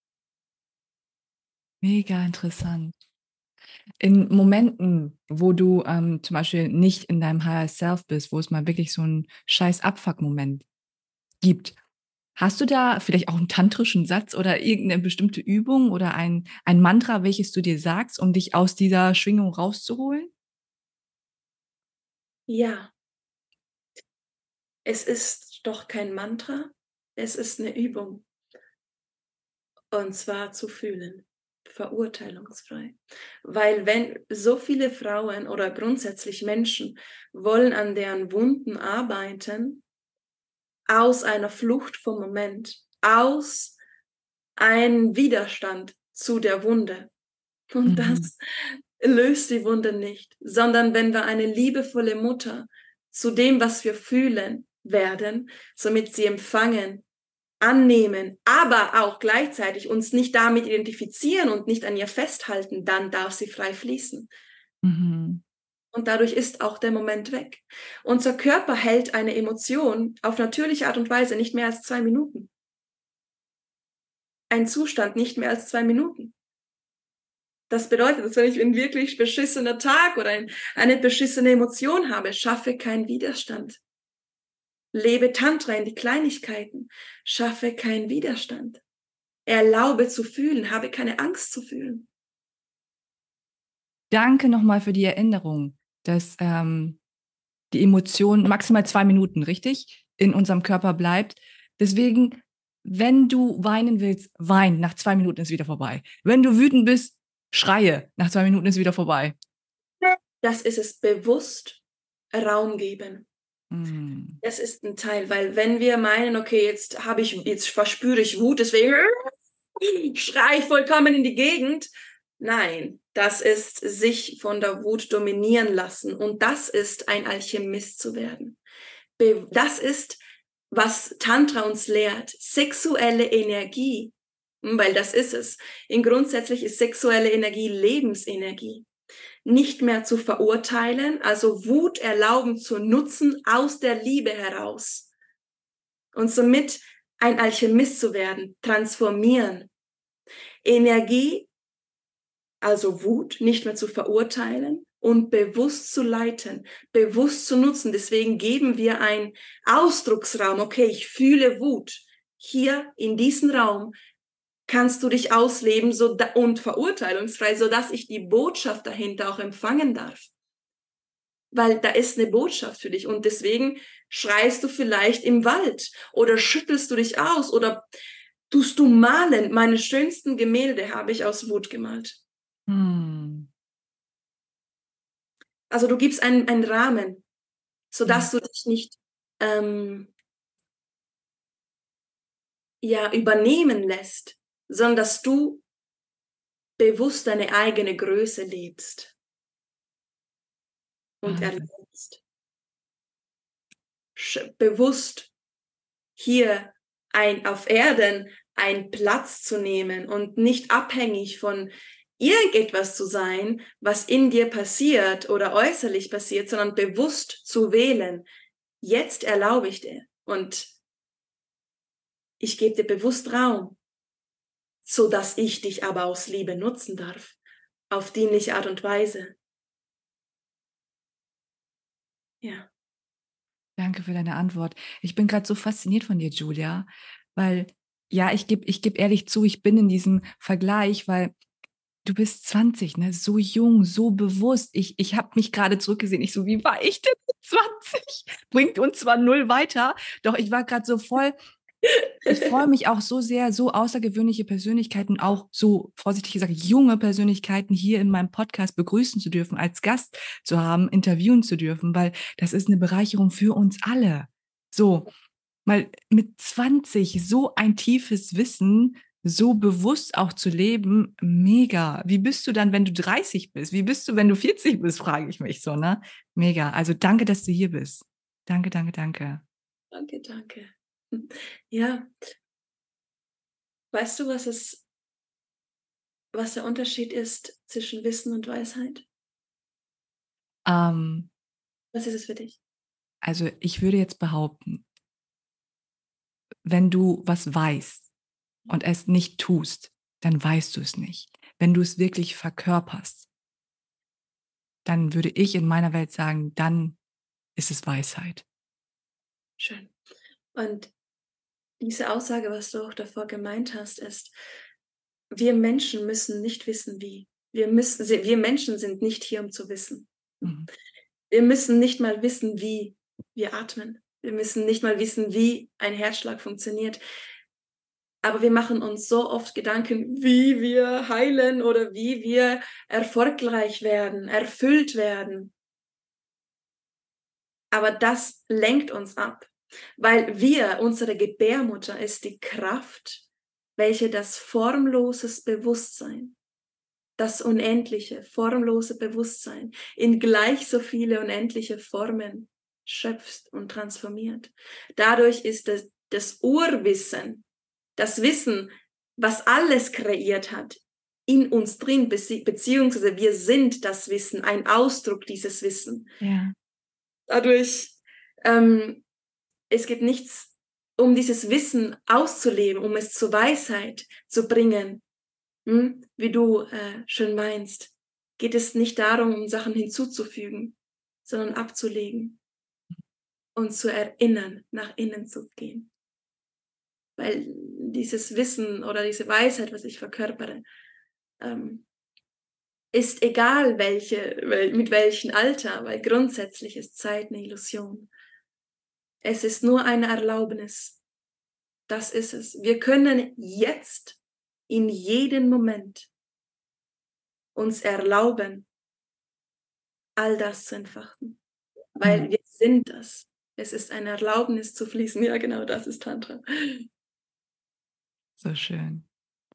Mega interessant. In Momenten, wo du ähm, zum Beispiel nicht in deinem Higher Self bist, wo es mal wirklich so einen scheiß Abfuck-Moment gibt, hast du da vielleicht auch einen tantrischen Satz oder irgendeine bestimmte Übung oder ein, ein Mantra, welches du dir sagst, um dich aus dieser Schwingung rauszuholen? Ja, es ist doch kein Mantra. Es ist eine Übung. Und zwar zu fühlen, verurteilungsfrei. Weil wenn so viele Frauen oder grundsätzlich Menschen wollen an deren Wunden arbeiten, aus einer Flucht vom Moment, aus einem Widerstand zu der Wunde. Und Mhm. das löst die Wunde nicht, sondern wenn wir eine liebevolle Mutter zu dem, was wir fühlen, werden, somit sie empfangen, annehmen, aber auch gleichzeitig uns nicht damit identifizieren und nicht an ihr festhalten, dann darf sie frei fließen. Mhm. Und dadurch ist auch der Moment weg. Unser Körper hält eine Emotion auf natürliche Art und Weise nicht mehr als zwei Minuten. Ein Zustand nicht mehr als zwei Minuten. Das bedeutet, dass wenn ich einen wirklich beschissenen Tag oder ein, eine beschissene Emotion habe, schaffe keinen Widerstand. Lebe Tantra in die Kleinigkeiten, schaffe keinen Widerstand. Erlaube zu fühlen, habe keine Angst zu fühlen. Danke nochmal für die Erinnerung, dass ähm, die Emotion maximal zwei Minuten, richtig, in unserem Körper bleibt. Deswegen, wenn du weinen willst, wein. Nach zwei Minuten ist wieder vorbei. Wenn du wütend bist, schreie. Nach zwei Minuten ist wieder vorbei. Das ist es, bewusst Raum geben. Mm. Das ist ein Teil, weil wenn wir meinen, okay, jetzt habe ich, jetzt verspüre ich Wut, deswegen schreie ich vollkommen in die Gegend. Nein, das ist sich von der Wut dominieren lassen. Und das ist ein Alchemist zu werden. Das ist, was Tantra uns lehrt. Sexuelle Energie, weil das ist es. In grundsätzlich ist sexuelle Energie Lebensenergie. Nicht mehr zu verurteilen, also Wut erlauben zu nutzen aus der Liebe heraus. Und somit ein Alchemist zu werden, transformieren. Energie, also Wut, nicht mehr zu verurteilen und bewusst zu leiten, bewusst zu nutzen. Deswegen geben wir einen Ausdrucksraum. Okay, ich fühle Wut. Hier in diesem Raum kannst du dich ausleben so da, und verurteilungsfrei, sodass ich die Botschaft dahinter auch empfangen darf. Weil da ist eine Botschaft für dich und deswegen schreist du vielleicht im Wald oder schüttelst du dich aus oder tust du malen. Meine schönsten Gemälde habe ich aus Wut gemalt. Hm. Also du gibst einen, einen Rahmen, sodass Ja. du dich nicht ähm, ja, übernehmen lässt, sondern dass du bewusst deine eigene Größe lebst und Wahnsinn. erlebst. Bewusst hier ein, auf Erden einen Platz zu nehmen und nicht abhängig von irgendetwas zu sein, was in dir passiert oder äußerlich passiert, sondern bewusst zu wählen. Jetzt erlaube ich dir und ich gebe dir bewusst Raum, so dass ich dich aber aus Liebe nutzen darf, auf dienliche Art und Weise. Ja. Danke für deine Antwort. Ich bin gerade so fasziniert von dir, Julia, weil ja, ich gebe ich geb ehrlich zu, ich bin in diesem Vergleich, weil du bist zwanzig, ne? So jung, so bewusst. Ich, ich habe mich gerade zurückgesehen. Ich so, wie war ich denn mit zwanzig? Bringt uns zwar null weiter, doch ich war gerade so voll. Ich freue mich auch so sehr, so außergewöhnliche Persönlichkeiten, auch so vorsichtig gesagt junge Persönlichkeiten hier in meinem Podcast begrüßen zu dürfen, als Gast zu haben, interviewen zu dürfen, weil das ist eine Bereicherung für uns alle. So, mal mit zwanzig so ein tiefes Wissen, so bewusst auch zu leben, mega. Wie bist du dann, wenn du dreißig bist? Wie bist du, wenn du vierzig bist, frage ich mich so, ne? Mega. Also danke, dass du hier bist. Danke, danke, danke. Danke, danke. Ja, weißt du, was es, was der Unterschied ist zwischen Wissen und Weisheit? Ähm, Was ist es für dich? also ich würde jetzt behaupten, wenn du was weißt und es nicht tust, dann weißt du es nicht. Wenn du es wirklich verkörperst, dann würde ich in meiner Welt sagen, dann ist es Weisheit. Schön. Und diese Aussage, was du auch davor gemeint hast, ist, wir Menschen müssen nicht wissen, wie. Wir, müssen, wir Menschen sind nicht hier, um zu wissen. Mhm. Wir müssen nicht mal wissen, wie wir atmen. Wir müssen nicht mal wissen, wie ein Herzschlag funktioniert. Aber wir machen uns so oft Gedanken, wie wir heilen oder wie wir erfolgreich werden, erfüllt werden. Aber das lenkt uns ab, weil wir, unsere Gebärmutter ist die Kraft, welche das formlose Bewusstsein, das unendliche, formlose Bewusstsein in gleich so viele unendliche Formen schöpft und transformiert. Dadurch ist das, das Urwissen, das Wissen, was alles kreiert hat, in uns drin, beziehungsweise wir sind das Wissen, ein Ausdruck dieses Wissens. Ja. Dadurch, ähm, es geht nichts, um dieses Wissen auszuleben, um es zur Weisheit zu bringen, hm? Wie du äh, schon meinst, geht es nicht darum, um Sachen hinzuzufügen, sondern abzulegen und zu erinnern, nach innen zu gehen. Weil dieses Wissen oder diese Weisheit, was ich verkörpere, ähm, ist egal welche, mit welchem Alter, weil grundsätzlich ist Zeit eine Illusion. Es ist nur eine Erlaubnis. Das ist es. Wir können jetzt in jedem Moment uns erlauben, all das zu entfachen. Weil Mhm. wir sind das. Es ist eine Erlaubnis zu fließen. Ja, genau, das ist Tantra. So schön.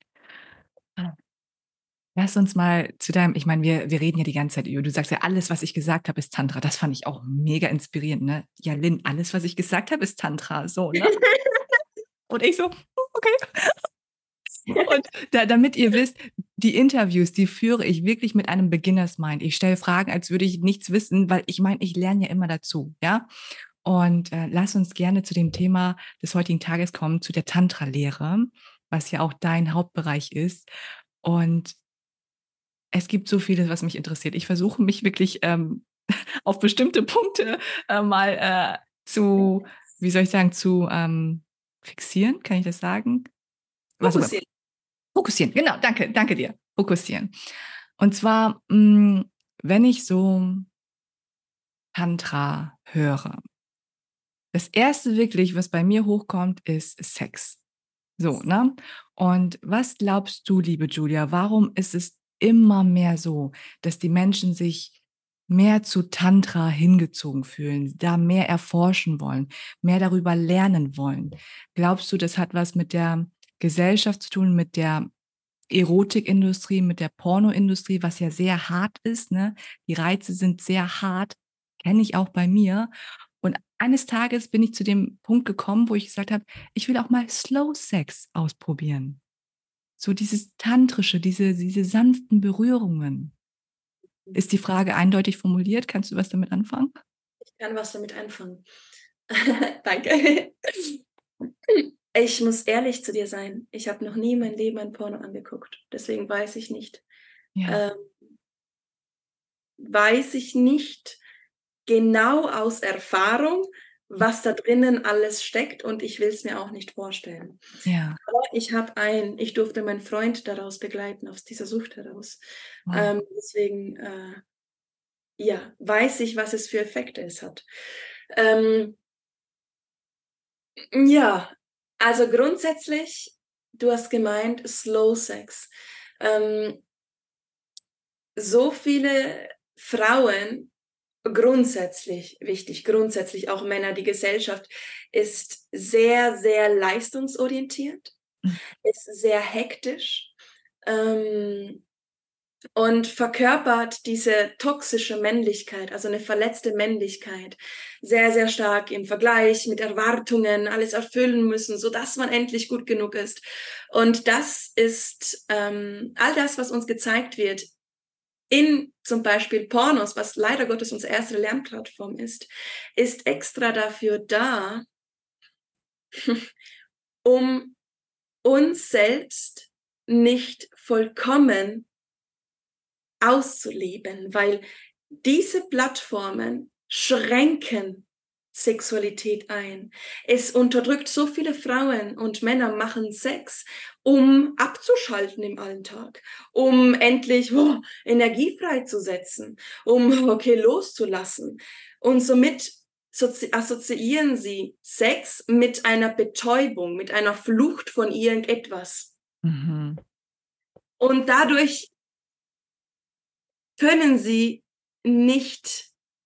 Lass uns mal zu deinem, ich meine, wir, wir reden ja die ganze Zeit über, du sagst ja, alles, was ich gesagt habe, ist Tantra. Das fand ich auch mega inspirierend, ne? Ja, Lynn, alles, was ich gesagt habe, ist Tantra, so, ne? Und ich so, okay. Und da, damit ihr wisst, die Interviews, die führe ich wirklich mit einem Beginners Mind. Ich stelle Fragen, als würde ich nichts wissen, weil ich meine, ich lerne ja immer dazu, ja? Und äh, lass uns gerne zu dem Thema des heutigen Tages kommen, zu der Tantra-Lehre, was ja auch dein Hauptbereich ist. Und es gibt so vieles, was mich interessiert. Ich versuche mich wirklich ähm, auf bestimmte Punkte äh, mal äh, zu, wie soll ich sagen, zu ähm, fixieren, kann ich das sagen? Was auch immer. Fokussieren. Fokussieren, genau, danke, danke dir. Fokussieren. Und zwar, mh, wenn ich so Tantra höre, das erste wirklich, was bei mir hochkommt, ist Sex. So, ne? Und was glaubst du, liebe Julia, warum ist es immer mehr so, dass die Menschen sich mehr zu Tantra hingezogen fühlen, da mehr erforschen wollen, mehr darüber lernen wollen? Glaubst du, das hat was mit der Gesellschaft zu tun, mit der Erotikindustrie, mit der Pornoindustrie, was ja sehr hart ist, ne? Die Reize sind sehr hart, kenne ich auch bei mir. Und eines Tages bin ich zu dem Punkt gekommen, wo ich gesagt habe, ich will auch mal Slow Sex ausprobieren. So dieses Tantrische, diese, diese sanften Berührungen. Ist die Frage eindeutig formuliert? Kannst du was damit anfangen? Ich kann was damit anfangen. Danke. Ich muss ehrlich zu dir sein. Ich habe noch nie mein Leben ein Porno angeguckt. Deswegen weiß ich nicht. Ja. Ähm, weiß ich nicht genau aus Erfahrung, was da drinnen alles steckt, und ich will es mir auch nicht vorstellen. Ja. Aber ich habe ein, ich durfte meinen Freund daraus begleiten, aus dieser Sucht heraus. Wow. Ähm, deswegen, äh, ja, weiß ich, was es für Effekte es hat. Ähm, ja, also grundsätzlich, du hast gemeint, Slow Sex. Ähm, so viele Frauen, grundsätzlich wichtig, grundsätzlich auch Männer, die Gesellschaft ist sehr, sehr leistungsorientiert, Mhm. ist sehr hektisch ähm, und verkörpert diese toxische Männlichkeit, also eine verletzte Männlichkeit, sehr, sehr stark im Vergleich mit Erwartungen, alles erfüllen müssen, sodass man endlich gut genug ist. Und das ist ähm, all das, was uns gezeigt wird, in zum Beispiel Pornos, was leider Gottes unsere erste Lernplattform ist, ist extra dafür da, um uns selbst nicht vollkommen auszuleben, weil diese Plattformen schränken Sexualität ein. Es unterdrückt so viele Frauen, und Männer machen Sex, um abzuschalten im Alltag, um endlich oh, Energie freizusetzen, um okay loszulassen. Und somit assoziieren sie Sex mit einer Betäubung, mit einer Flucht von irgendetwas. Mhm. Und dadurch können sie nicht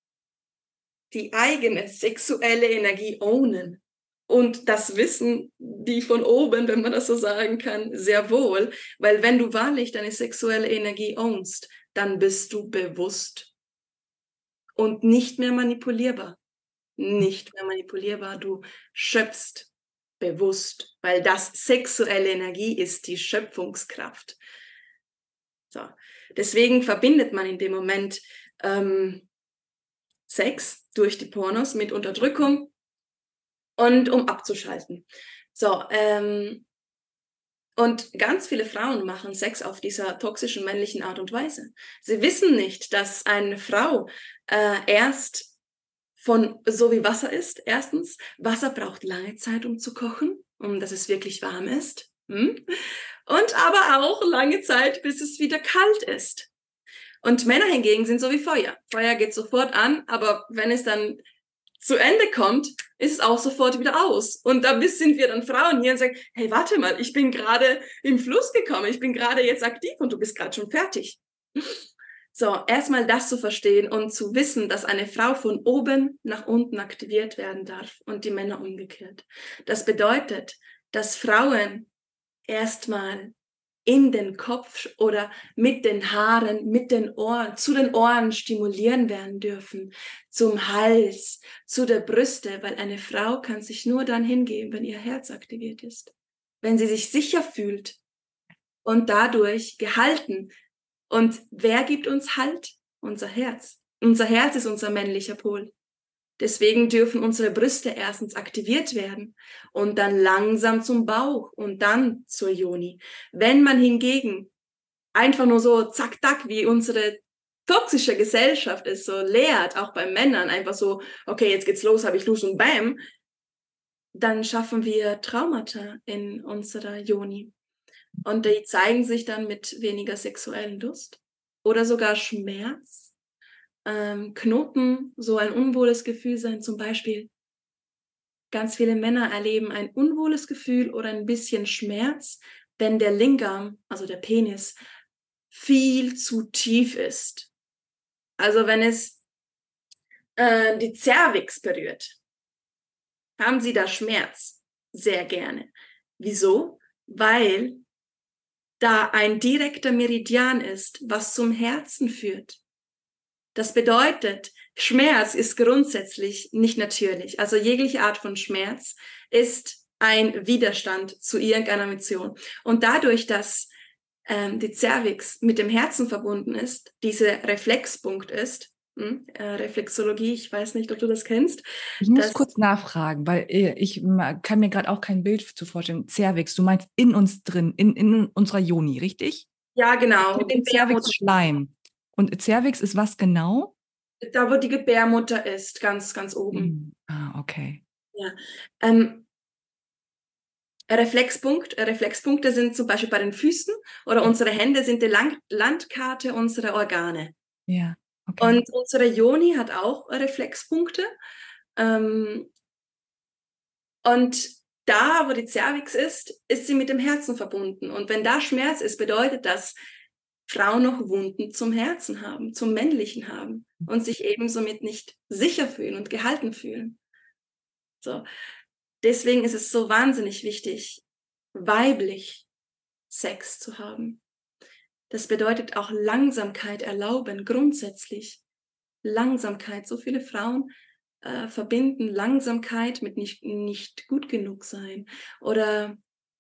die eigene sexuelle Energie ownen. Und das wissen die von oben, wenn man das so sagen kann, sehr wohl. Weil wenn du wahrlich deine sexuelle Energie ownst, dann bist du bewusst und nicht mehr manipulierbar. Nicht mehr manipulierbar. Du schöpfst bewusst, weil das sexuelle Energie ist die Schöpfungskraft. So. Deswegen verbindet man in dem Moment ähm, Sex durch die Pornos mit Unterdrückung und um abzuschalten. So, ähm, und ganz viele Frauen machen Sex auf dieser toxischen männlichen Art und Weise. Sie wissen nicht, dass eine Frau äh, erst von, so wie Wasser ist, erstens, Wasser braucht lange Zeit, um zu kochen, um dass es wirklich warm ist. Hm? Und aber auch lange Zeit, bis es wieder kalt ist. Und Männer hingegen sind so wie Feuer. Feuer geht sofort an, aber wenn es dann zu Ende kommt, ist es auch sofort wieder aus. Und da sind wir dann Frauen hier und sagen, hey, warte mal, ich bin gerade im Fluss gekommen, ich bin gerade jetzt aktiv und du bist gerade schon fertig. So, erstmal das zu verstehen und zu wissen, dass eine Frau von oben nach unten aktiviert werden darf und die Männer umgekehrt. Das bedeutet, dass Frauen erstmal in den Kopf oder mit den Haaren, mit den Ohren, zu den Ohren stimulieren werden dürfen, zum Hals, zu der Brüste, weil eine Frau kann sich nur dann hingeben, wenn ihr Herz aktiviert ist, wenn sie sich sicher fühlt und dadurch gehalten. Und wer gibt uns Halt? Unser Herz. Unser Herz ist unser männlicher Pol. Deswegen dürfen unsere Brüste erstens aktiviert werden und dann langsam zum Bauch und dann zur Yoni. Wenn man hingegen einfach nur so zack, zack, wie unsere toxische Gesellschaft es so lehrt, auch bei Männern, einfach so, okay, jetzt geht's los, habe ich Lust und bam, dann schaffen wir Traumata in unserer Yoni. Und die zeigen sich dann mit weniger sexuellen Lust oder sogar Schmerz. Ähm, Knoten, so ein unwohles Gefühl sein, zum Beispiel. Ganz viele Männer erleben ein unwohles Gefühl oder ein bisschen Schmerz, wenn der Lingam, also der Penis, viel zu tief ist. Also wenn es äh, die Cervix berührt, haben sie da Schmerz. Sehr gerne. Wieso? Weil da ein direkter Meridian ist, was zum Herzen führt. Das bedeutet, Schmerz ist grundsätzlich nicht natürlich. Also jegliche Art von Schmerz ist ein Widerstand zu irgendeiner Emotion. Und dadurch, dass ähm, die Cervix mit dem Herzen verbunden ist, dieser Reflexpunkt ist, hm, äh, Reflexologie, ich weiß nicht, ob du das kennst. Ich muss dass, kurz nachfragen, weil äh, ich ma- kann mir gerade auch kein Bild zu vorstellen. Cervix, du meinst in uns drin, in, in unserer Yoni, richtig? Ja, genau. Mit dem Gebärmutter, Cervix-Schleim. Und Cervix ist was genau? da wo die Gebärmutter ist, ganz, ganz oben. Mhm. Ah, okay. Ja. Ähm, Reflexpunkt, Reflexpunkte sind zum Beispiel bei den Füßen oder unsere Hände sind die Lang Landkarte unserer Organe. Ja, okay. Und unsere Yoni hat auch Reflexpunkte. Ähm, und da, wo die Cervix ist, ist sie mit dem Herzen verbunden. Und wenn da Schmerz ist, bedeutet das, Frauen noch Wunden zum Herzen haben, zum Männlichen haben und sich eben somit nicht sicher fühlen und gehalten fühlen. So. Deswegen ist es so wahnsinnig wichtig, weiblich Sex zu haben. Das bedeutet auch Langsamkeit erlauben, grundsätzlich. Langsamkeit. So viele Frauen äh, verbinden Langsamkeit mit nicht, nicht gut genug sein. Oder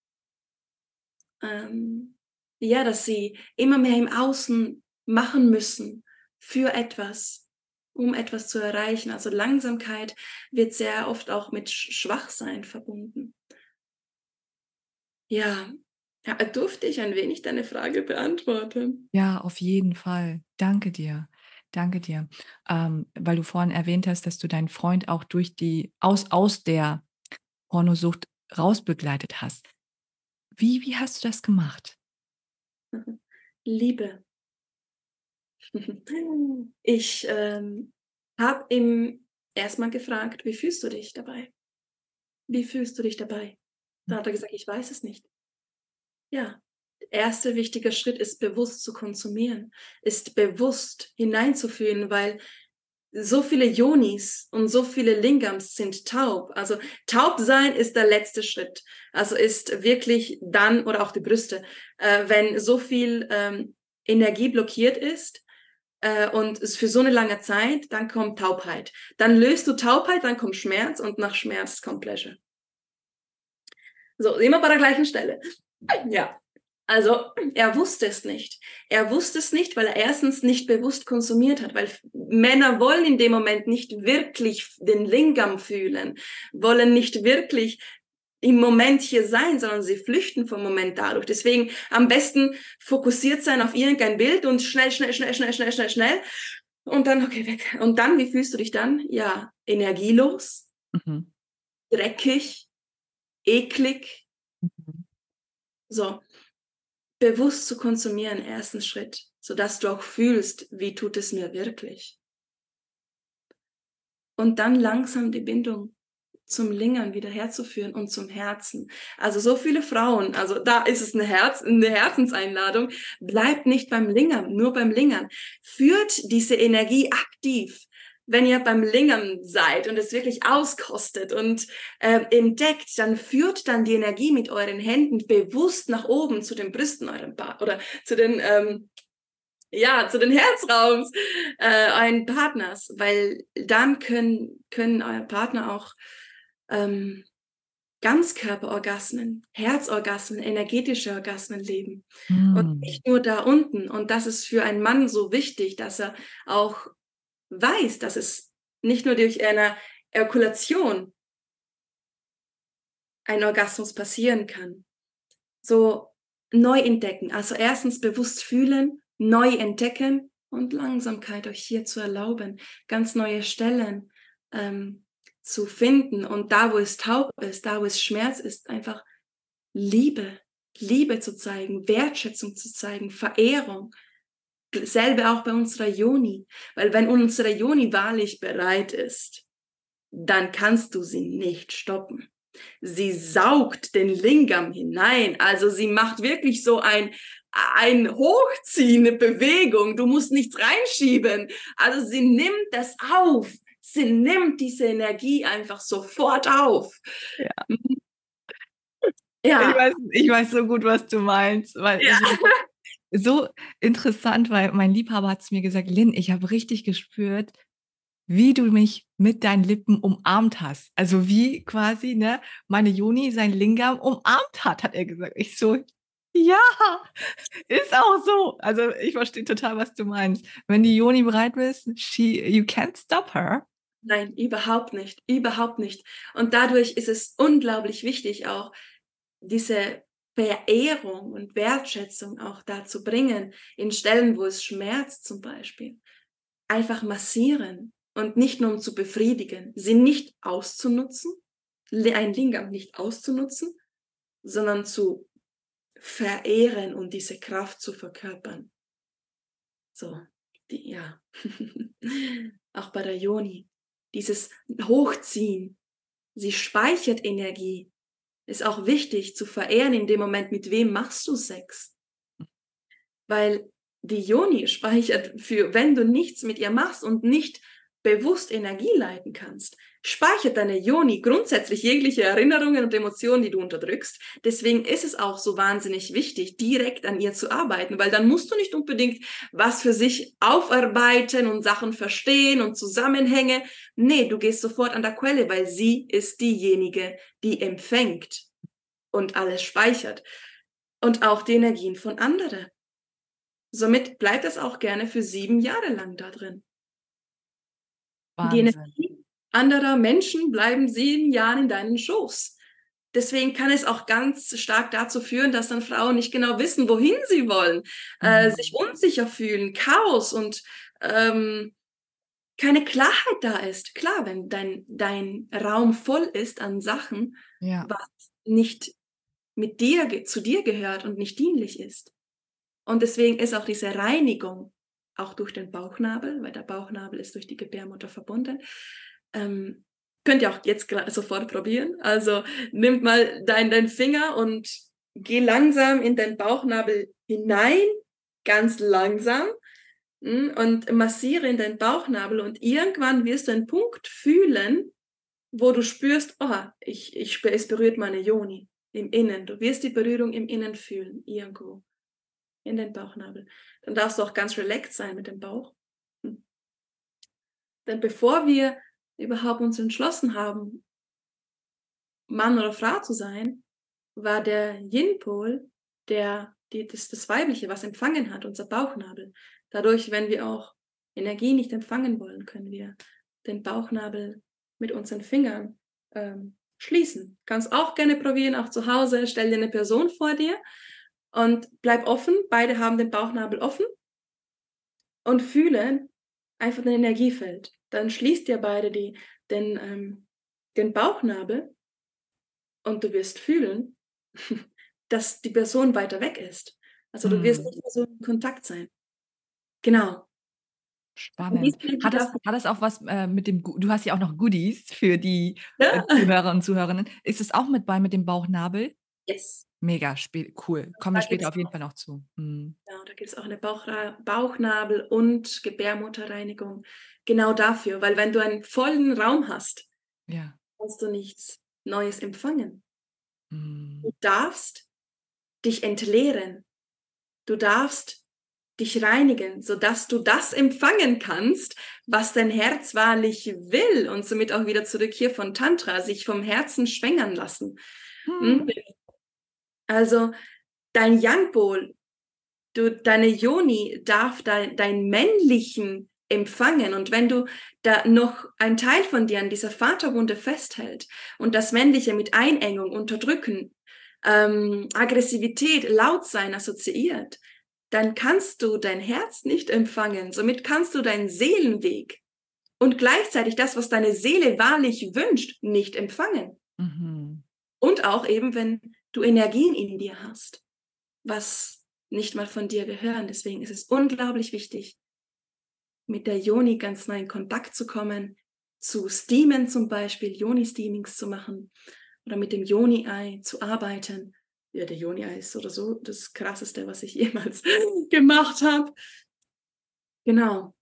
ähm, ja, dass sie immer mehr im Außen machen müssen für etwas, um etwas zu erreichen. Also Langsamkeit wird sehr oft auch mit Schwachsein verbunden. Ja, ja, durfte ich ein wenig deine Frage beantworten? Ja, auf jeden Fall. Danke dir. Danke dir. Ähm, weil du vorhin erwähnt hast, dass du deinen Freund auch durch die aus aus der Pornosucht rausbegleitet hast. Wie wie hast du das gemacht? Liebe. Ich ähm, habe im erstmal gefragt, wie fühlst du dich dabei? Wie fühlst du dich dabei? Da hat er gesagt, ich weiß es nicht. Ja, der erste wichtige Schritt ist, bewusst zu konsumieren, ist bewusst hineinzufühlen, weil so viele Yonis und so viele Lingams sind taub. Also taub sein ist der letzte Schritt. Also ist wirklich dann, oder auch die Brüste, äh, wenn so viel ähm, Energie blockiert ist äh, und es für so eine lange Zeit, dann kommt Taubheit. Dann löst du Taubheit, dann kommt Schmerz und nach Schmerz kommt Pleasure. So, immer bei der gleichen Stelle. Ja. Also er wusste es nicht. Er wusste es nicht, weil er erstens nicht bewusst konsumiert hat, weil Männer wollen in dem Moment nicht wirklich den Lingam fühlen, wollen nicht wirklich im Moment hier sein, sondern sie flüchten vom Moment dadurch. Deswegen am besten fokussiert sein auf irgendein Bild und schnell, schnell, schnell, schnell, schnell, schnell, schnell und dann, okay, weg. Und dann, wie fühlst du dich dann? Ja, energielos, Mhm. dreckig, eklig. Mhm. So. Bewusst zu konsumieren, ersten Schritt, sodass du auch fühlst, wie tut es mir wirklich. Und dann langsam die Bindung zum Lingern wieder herzuführen und zum Herzen. Also so viele Frauen, also da ist es eine, Herz, eine Herzenseinladung, bleibt nicht beim Lingern, nur beim Lingern. Führt diese Energie aktiv. Wenn ihr beim Lingern seid und es wirklich auskostet und äh, entdeckt, dann führt dann die Energie mit euren Händen bewusst nach oben zu den Brüsten eurem Partner oder zu den ähm, ja zu den Herzraums äh, euren Partners, weil dann können können euer Partner auch ähm, Ganzkörperorgasmen, Herzorgasmen, energetische Orgasmen leben und Mhm. nicht nur da unten. Und das ist für einen Mann so wichtig, dass er auch weiß, dass es nicht nur durch eine Ejakulation ein Orgasmus passieren kann. So neu entdecken. Also erstens bewusst fühlen, neu entdecken und Langsamkeit euch hier zu erlauben, ganz neue Stellen ähm, zu finden. Und da, wo es taub ist, da, wo es Schmerz ist, einfach Liebe, Liebe zu zeigen, Wertschätzung zu zeigen, Verehrung. Selbe auch bei unserer Yoni. Weil wenn unsere Yoni wahrlich bereit ist, dann kannst du sie nicht stoppen. Sie saugt den Lingam hinein. Also sie macht wirklich so ein, ein Hochziehen, eine Bewegung. Du musst nichts reinschieben. Also sie nimmt das auf. Sie nimmt diese Energie einfach sofort auf. Ja. Ja. Ich weiß, ich weiß so gut, was du meinst, weil Ja. so, so interessant, weil mein Liebhaber hat zu mir gesagt, Lynn, ich habe richtig gespürt, wie du mich mit deinen Lippen umarmt hast. Also wie quasi, ne, meine Joni sein Lingam umarmt hat, hat er gesagt. Ich so, ja, ist auch so. Also ich verstehe total, was du meinst. Wenn die Joni bereit ist, she, you can't stop her. Nein, überhaupt nicht, überhaupt nicht. Und dadurch ist es unglaublich wichtig, auch diese Verehrung und Wertschätzung auch da zu bringen, in Stellen, wo es schmerzt zum Beispiel. Einfach massieren und nicht nur um zu befriedigen, sie nicht auszunutzen, ein Lingam nicht auszunutzen, sondern zu verehren und diese Kraft zu verkörpern. So, die, ja. Auch bei der Yoni. Dieses Hochziehen, sie speichert Energie. Ist auch wichtig zu verehren in dem Moment, mit wem machst du Sex. Weil die Yoni speichert für, wenn du nichts mit ihr machst und nicht bewusst Energie leiten kannst, speichert deine Yoni grundsätzlich jegliche Erinnerungen und Emotionen, die du unterdrückst. Deswegen ist es auch so wahnsinnig wichtig, direkt an ihr zu arbeiten, weil dann musst du nicht unbedingt was für sich aufarbeiten und Sachen verstehen und Zusammenhänge. Nee, du gehst sofort an der Quelle, weil sie ist diejenige, die empfängt und alles speichert. Und auch die Energien von anderen. Somit bleibt es auch gerne für sieben Jahre lang da drin. Die Wahnsinn. Energie anderer Menschen bleiben sieben Jahre in deinen Schoß. Deswegen kann es auch ganz stark dazu führen, dass dann Frauen nicht genau wissen, wohin sie wollen, mhm. äh, sich unsicher fühlen, Chaos und ähm, keine Klarheit da ist. Klar, wenn dein, dein Raum voll ist an Sachen, Ja. was nicht mit dir, zu dir gehört und nicht dienlich ist. Und deswegen ist auch diese Reinigung, auch durch den Bauchnabel, weil der Bauchnabel ist durch die Gebärmutter verbunden, ähm, könnt ihr auch jetzt sofort probieren. Also nimm mal deinen dein Finger und geh langsam in den Bauchnabel hinein, ganz langsam, und massiere in den Bauchnabel und irgendwann wirst du einen Punkt fühlen, wo du spürst, oh, ich, ich spür, es berührt meine Yoni im Innen. Du wirst die Berührung im Innen fühlen, irgendwo in den Bauchnabel. Dann darfst du auch ganz relaxed sein mit dem Bauch. Hm. Denn bevor wir überhaupt uns entschlossen haben, Mann oder Frau zu sein, war der Yin-Pol, der, die, das, das Weibliche, was empfangen hat, unser Bauchnabel. Dadurch, wenn wir auch Energie nicht empfangen wollen, können wir den Bauchnabel mit unseren Fingern ähm, schließen. Kannst auch gerne probieren, auch zu Hause. Stell dir eine Person vor dir und bleib offen. Beide haben den Bauchnabel offen und fühle einfach ein Energiefeld. Dann schließt ihr beide die, den, ähm, den Bauchnabel und du wirst fühlen, dass die Person weiter weg ist. Also du wirst Hm. nicht mehr so in Kontakt sein. Genau. Spannend. Hat das, hat das auch was äh, mit dem, du hast ja auch noch Goodies für die äh, Ja. Zuhörer und Zuhörerinnen. Ist es auch mit bei mit dem Bauchnabel? Yes. Mega, cool. Kommen wir Da später gibt's auf jeden auch, Fall noch zu. Hm. ja, da gibt es auch eine Bauchra- Bauchnabel- und Gebärmutterreinigung. Genau dafür, weil wenn du einen vollen Raum hast, Ja. kannst du nichts Neues empfangen. Hm. Du darfst dich entleeren. Du darfst dich reinigen, sodass du das empfangen kannst, was dein Herz wahrlich will, und somit auch wieder zurück hier von Tantra, sich vom Herzen schwängern lassen. Hm. Also dein Yang-Pol, du, deine Yoni darf dein, dein männlichen empfangen, und wenn du da noch ein Teil von dir an dieser Vaterwunde festhält und das Männliche mit Einengung, Unterdrücken, ähm, Aggressivität, Lautsein assoziiert, dann kannst du dein Herz nicht empfangen. Somit kannst du deinen Seelenweg und gleichzeitig das, was deine Seele wahrlich wünscht, nicht empfangen. Mhm. Und auch eben, wenn du Energien in dir hast, was nicht mal von dir gehören. Deswegen ist es unglaublich wichtig, mit der Yoni ganz nah in Kontakt zu kommen, zu steamen zum Beispiel, Yoni-Steamings zu machen oder mit dem Yoni-Ei zu arbeiten. Ja, der Yoni-Ei ist oder so das Krasseste, was ich jemals gemacht habe. Genau.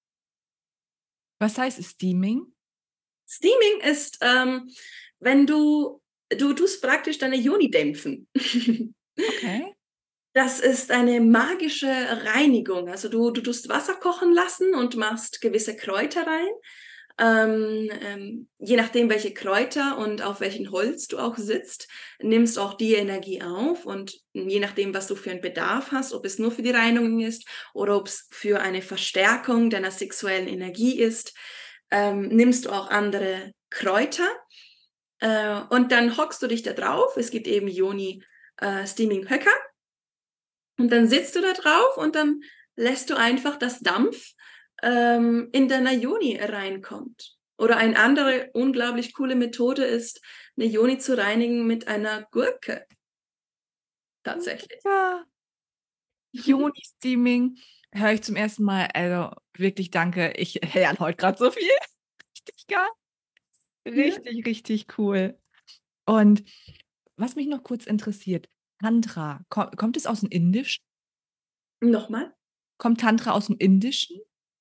Was heißt Steaming? Steaming ist, ähm, wenn du, du tust praktisch deine Yoni dämpfen. Okay. Das ist eine magische Reinigung. Also du, du tust Wasser kochen lassen und machst gewisse Kräuter rein. Ähm, ähm, je nachdem, welche Kräuter und auf welchem Holz du auch sitzt, nimmst auch die Energie auf, und je nachdem, was du für einen Bedarf hast, ob es nur für die Reinigung ist oder ob es für eine Verstärkung deiner sexuellen Energie ist, ähm, nimmst du auch andere Kräuter, äh, und dann hockst du dich da drauf. Es gibt eben Yoni äh, Steaming Höcker, und dann sitzt du da drauf und dann lässt du einfach, dass Dampf ähm, in deiner Yoni reinkommt. Oder eine andere unglaublich coole Methode ist, eine Yoni zu reinigen mit einer Gurke. Tatsächlich. Ja. Yoni-Steaming höre ich zum ersten Mal. Also wirklich danke. Ich lerne heute gerade so viel. Richtig geil. Richtig, ja. Richtig cool. Und was mich noch kurz interessiert, Tantra, ko- kommt es aus dem Indischen? Nochmal? Kommt Tantra aus dem Indischen?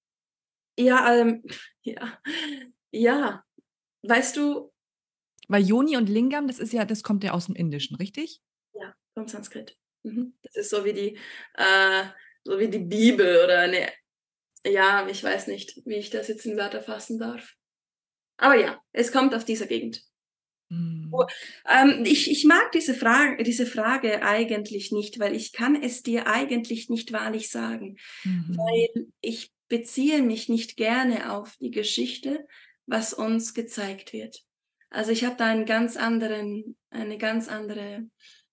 Ja, ähm, ja, ja. Weißt du, Weil Yoni und Lingam, das ist ja, das kommt ja aus dem Indischen, richtig? ja, vom Sanskrit. Mhm. Das ist so wie die, äh, so wie die Bibel oder eine, ja, ich weiß nicht, wie ich das jetzt in Wörter fassen darf. Aber ja, es kommt aus dieser Gegend. Hm. Ähm, ich, ich mag diese Frage, diese Frage eigentlich nicht, weil ich kann es dir eigentlich nicht wahrlich sagen, Mhm. weil ich beziehe mich nicht gerne auf die Geschichte, was uns gezeigt wird. Also ich habe da einen ganz anderen, eine ganz andere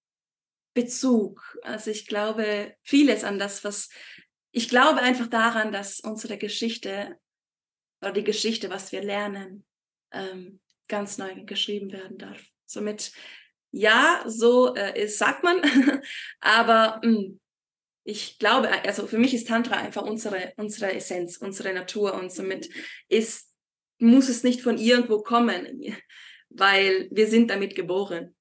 Bezug. Also ich glaube vieles an das, was, ich glaube einfach daran, dass unsere Geschichte oder die Geschichte, was wir lernen, ähm, ganz neu geschrieben werden darf. Somit, ja, so äh, ist, sagt man, aber mh, ich glaube, also für mich ist Tantra einfach unsere, unsere Essenz, unsere Natur, und somit ist muss es nicht von irgendwo kommen, weil wir sind damit geboren.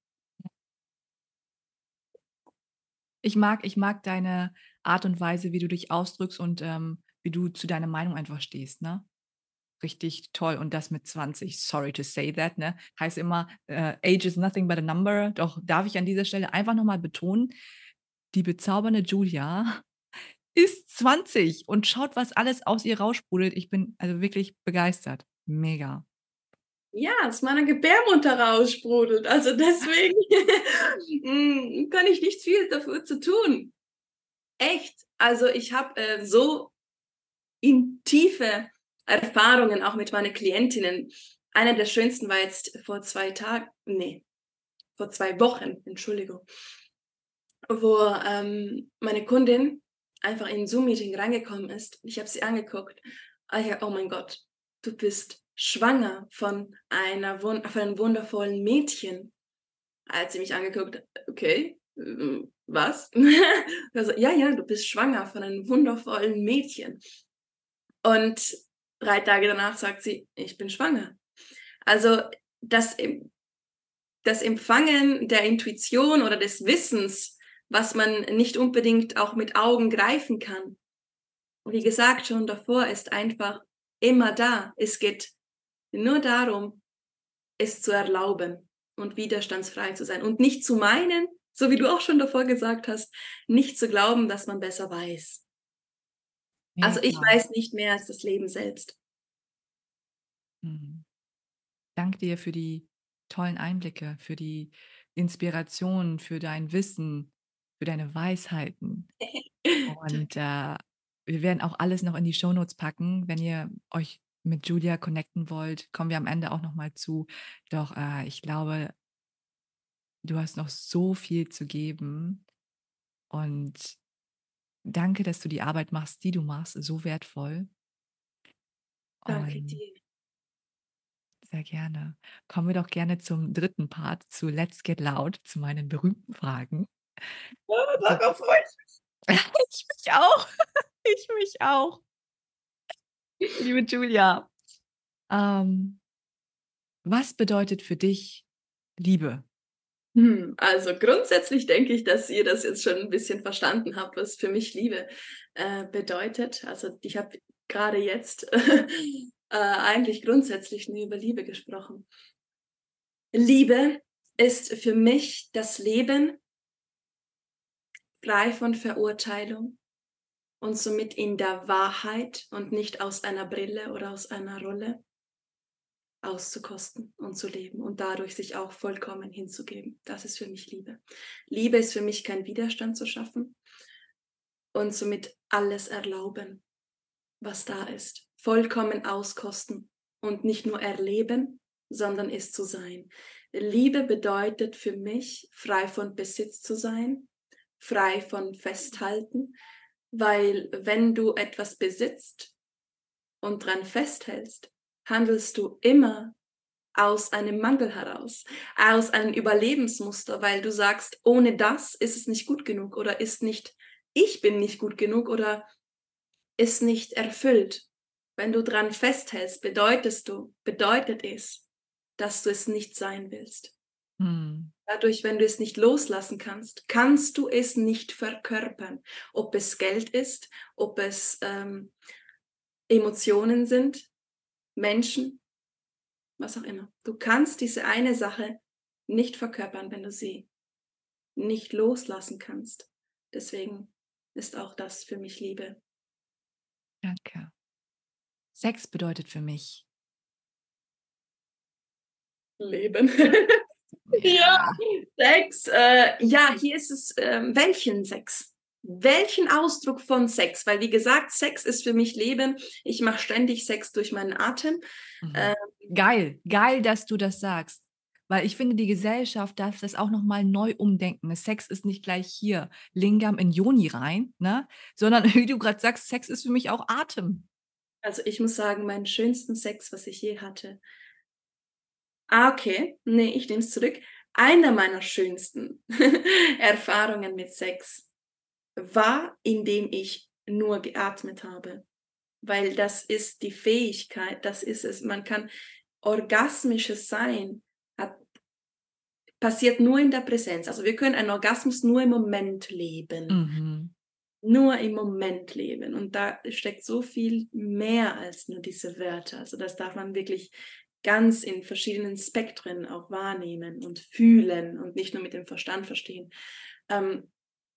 Ich mag, ich mag deine Art und Weise, wie du dich ausdrückst und ähm, wie du zu deiner Meinung einfach stehst, ne? Richtig toll. Und das mit zwanzig, sorry to say that, ne? Heißt immer, äh, age is nothing but a number. Doch darf ich an dieser Stelle einfach nochmal betonen, die bezaubernde Julia ist zwanzig und schaut, was alles aus ihr raussprudelt. Ich bin also wirklich begeistert. Mega. Ja, aus meiner Gebärmutter raussprudelt. Also deswegen mm, kann ich nicht viel dafür zu tun. Echt. Also ich habe äh, so in tiefe Erfahrungen auch mit meinen Klientinnen. Einer der schönsten war jetzt vor zwei Tagen, nee, vor zwei Wochen, Entschuldigung, wo ähm, meine Kundin einfach in ein Zoom-Meeting reingekommen ist. Ich habe sie angeguckt. Ich hab, oh mein Gott, du bist schwanger von, einer, von einem wundervollen Mädchen. Als sie mich angeguckt, okay, ähm, was? Also, ja, ja, du bist schwanger von einem wundervollen Mädchen. Und drei Tage danach sagt sie, ich bin schwanger. Also das, das Empfangen der Intuition oder des Wissens, was man nicht unbedingt auch mit Augen greifen kann, wie gesagt schon davor, ist einfach immer da. Es geht nur darum, es zu erlauben und widerstandsfrei zu sein und nicht zu meinen, so wie du auch schon davor gesagt hast, nicht zu glauben, dass man besser weiß. Also ich Mega. weiß nicht mehr als das Leben selbst. Mhm. Danke dir für die tollen Einblicke, für die Inspiration, für dein Wissen, für deine Weisheiten. Und äh, wir werden auch alles noch in die Shownotes packen, wenn ihr euch mit Julia connecten wollt, kommen wir am Ende auch noch mal zu. Doch äh, ich glaube, du hast noch so viel zu geben und danke, dass du die Arbeit machst, die du machst, so wertvoll. Danke Und dir. sehr gerne. Kommen wir doch gerne zum dritten Part, zu Let's Get Loud, zu meinen berühmten Fragen. Oh, darauf freue ich mich. Ich mich auch. Ich mich auch. Liebe Julia, ähm, was bedeutet für dich Liebe? Hm, also grundsätzlich denke ich, dass ihr das jetzt schon ein bisschen verstanden habt, was für mich Liebe äh, bedeutet. Also ich habe gerade jetzt äh, eigentlich grundsätzlich nur über Liebe gesprochen. Liebe ist für mich das Leben frei von Verurteilung und somit in der Wahrheit und nicht aus einer Brille oder aus einer Rolle auszukosten und zu leben und dadurch sich auch vollkommen hinzugeben. Das ist für mich Liebe. Liebe ist für mich kein Widerstand zu schaffen und somit alles erlauben, was da ist. Vollkommen auskosten und nicht nur erleben, sondern es zu sein. Liebe bedeutet für mich, frei von Besitz zu sein, frei von Festhalten, weil wenn du etwas besitzt und dran festhältst, handelst du immer aus einem Mangel heraus, aus einem Überlebensmuster, weil du sagst, ohne das ist es nicht gut genug oder ist nicht, ich bin nicht gut genug oder ist nicht erfüllt. Wenn du dran festhältst, bedeutest du, bedeutet es, dass du es nicht sein willst. Hm. Dadurch, wenn du es nicht loslassen kannst, kannst du es nicht verkörpern. Ob es Geld ist, ob es ähm, Emotionen sind, Menschen, was auch immer. Du kannst diese eine Sache nicht verkörpern, wenn du sie nicht loslassen kannst. Deswegen ist auch das für mich Liebe. Danke. Sex bedeutet für mich Leben. Ja, ja, Sex. Äh, ja, hier ist es, ähm, welchen Sex? Welchen Ausdruck von Sex? Weil, wie gesagt, Sex ist für mich Leben. Ich mache ständig Sex durch meinen Atem. mhm. Ähm, Geil, geil, dass du das sagst. Weil ich finde, die Gesellschaft darf das auch noch mal neu umdenken. Sex ist nicht gleich hier Lingam in Joni rein, ne? Sondern wie du gerade sagst, Sex ist für mich auch Atem. also ich muss sagen, meinen schönsten Sex, was ich je hatte. Ah, okay. Nee, ich nehme es zurück. Einer meiner schönsten Erfahrungen mit Sex war, indem ich nur geatmet habe. weil das ist die Fähigkeit, das ist es. Man kann orgasmisches Sein hat, passiert nur in der Präsenz. Also wir können einen Orgasmus nur im Moment leben. Mhm. Nur im Moment leben. Und da steckt so viel mehr als nur diese Wörter. Also das darf man wirklich ganz in verschiedenen Spektren auch wahrnehmen und fühlen und nicht nur mit dem Verstand verstehen. Ähm,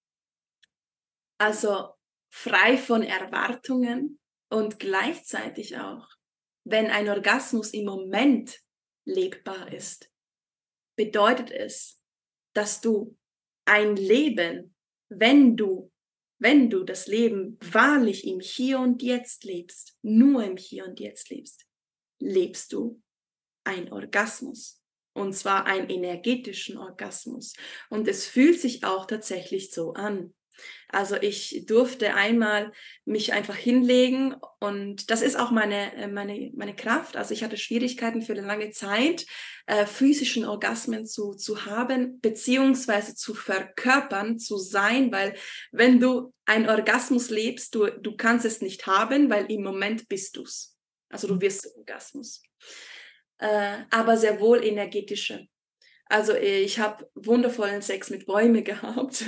also frei von Erwartungen und gleichzeitig auch, wenn ein Orgasmus im Moment lebbar ist, bedeutet es, dass du ein Leben, wenn du, wenn du das Leben wahrlich im Hier und Jetzt lebst, nur im Hier und Jetzt lebst, lebst du ein Orgasmus. Und zwar einen energetischen Orgasmus. Und es fühlt sich auch tatsächlich so an. Also ich durfte einmal mich einfach hinlegen und das ist auch meine, meine, meine Kraft. Also ich hatte Schwierigkeiten für eine lange Zeit, äh, physischen Orgasmen zu, zu haben, beziehungsweise zu verkörpern, zu sein, weil wenn du einen Orgasmus lebst, du, du kannst es nicht haben, weil im Moment bist du's. Also du wirst Orgasmus. Äh, aber sehr wohl energetische. Also ich habe wundervollen Sex mit Bäumen gehabt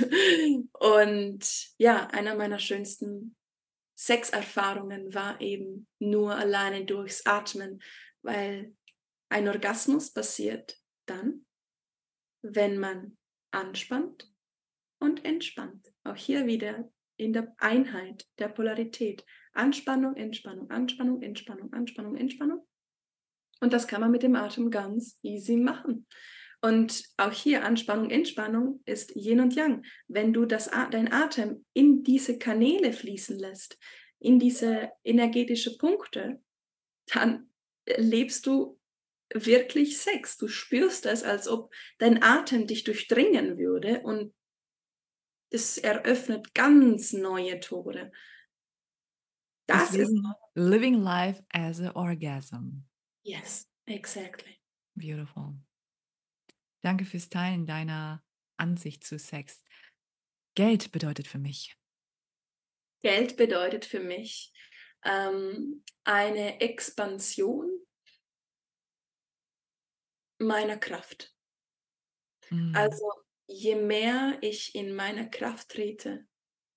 und ja, einer meiner schönsten Sexerfahrungen war eben nur alleine durchs Atmen, weil ein Orgasmus passiert dann, wenn man anspannt und entspannt. Auch hier wieder in der Einheit der Polarität. Anspannung, Entspannung, Anspannung, Entspannung, Anspannung, Entspannung. Und das kann man mit dem Atem ganz easy machen. Und auch hier Anspannung, Entspannung ist Yin und Yang. Wenn du das, dein Atem in diese Kanäle fließen lässt, in diese energetische Punkte, dann lebst du wirklich Sex. Du spürst es, als ob dein Atem dich durchdringen würde und es eröffnet ganz neue Tore. Das ist... Deswegen, living life as an orgasm. Yes, exactly. Beautiful. Danke fürs Teilen deiner Ansicht zu Sex. Geld bedeutet für mich. Geld bedeutet für mich ähm, eine Expansion meiner Kraft. Mm. Also je mehr ich in meiner Kraft trete,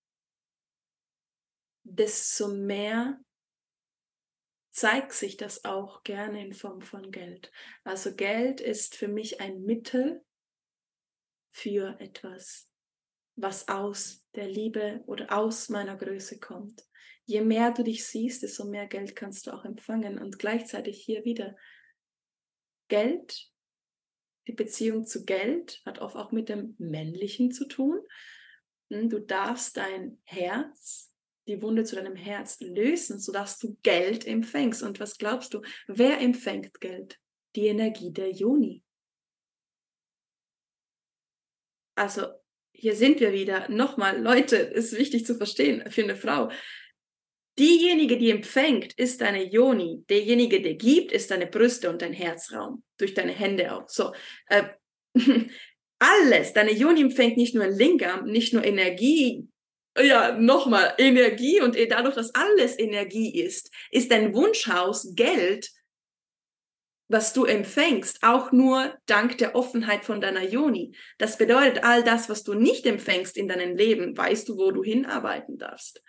desto mehr zeigt sich das auch gerne in Form von Geld. Also Geld ist für mich ein Mittel für etwas, was aus der Liebe oder aus meiner Größe kommt. Je mehr du dich siehst, desto mehr Geld kannst du auch empfangen. Und gleichzeitig hier wieder Geld, die Beziehung zu Geld hat oft auch mit dem Männlichen zu tun. Du darfst dein Herz, die Wunde zu deinem Herz lösen, sodass du Geld empfängst. Und was glaubst du, wer empfängt Geld? Die Energie der Yoni. Also hier sind wir wieder. Nochmal, Leute, ist wichtig zu verstehen für eine Frau. Diejenige, die empfängt, ist deine Yoni. Derjenige, der gibt, ist deine Brüste und dein Herzraum. Durch deine Hände auch. So, äh, alles. Deine Yoni empfängt nicht nur Lingam, nicht nur Energie. Ja, nochmal, Energie. Und dadurch, dass alles Energie ist, ist dein Wunschhaus Geld, was du empfängst, auch nur dank der Offenheit von deiner Yoni. Das bedeutet, all das, was du nicht empfängst in deinem Leben, weißt du, wo du hinarbeiten darfst.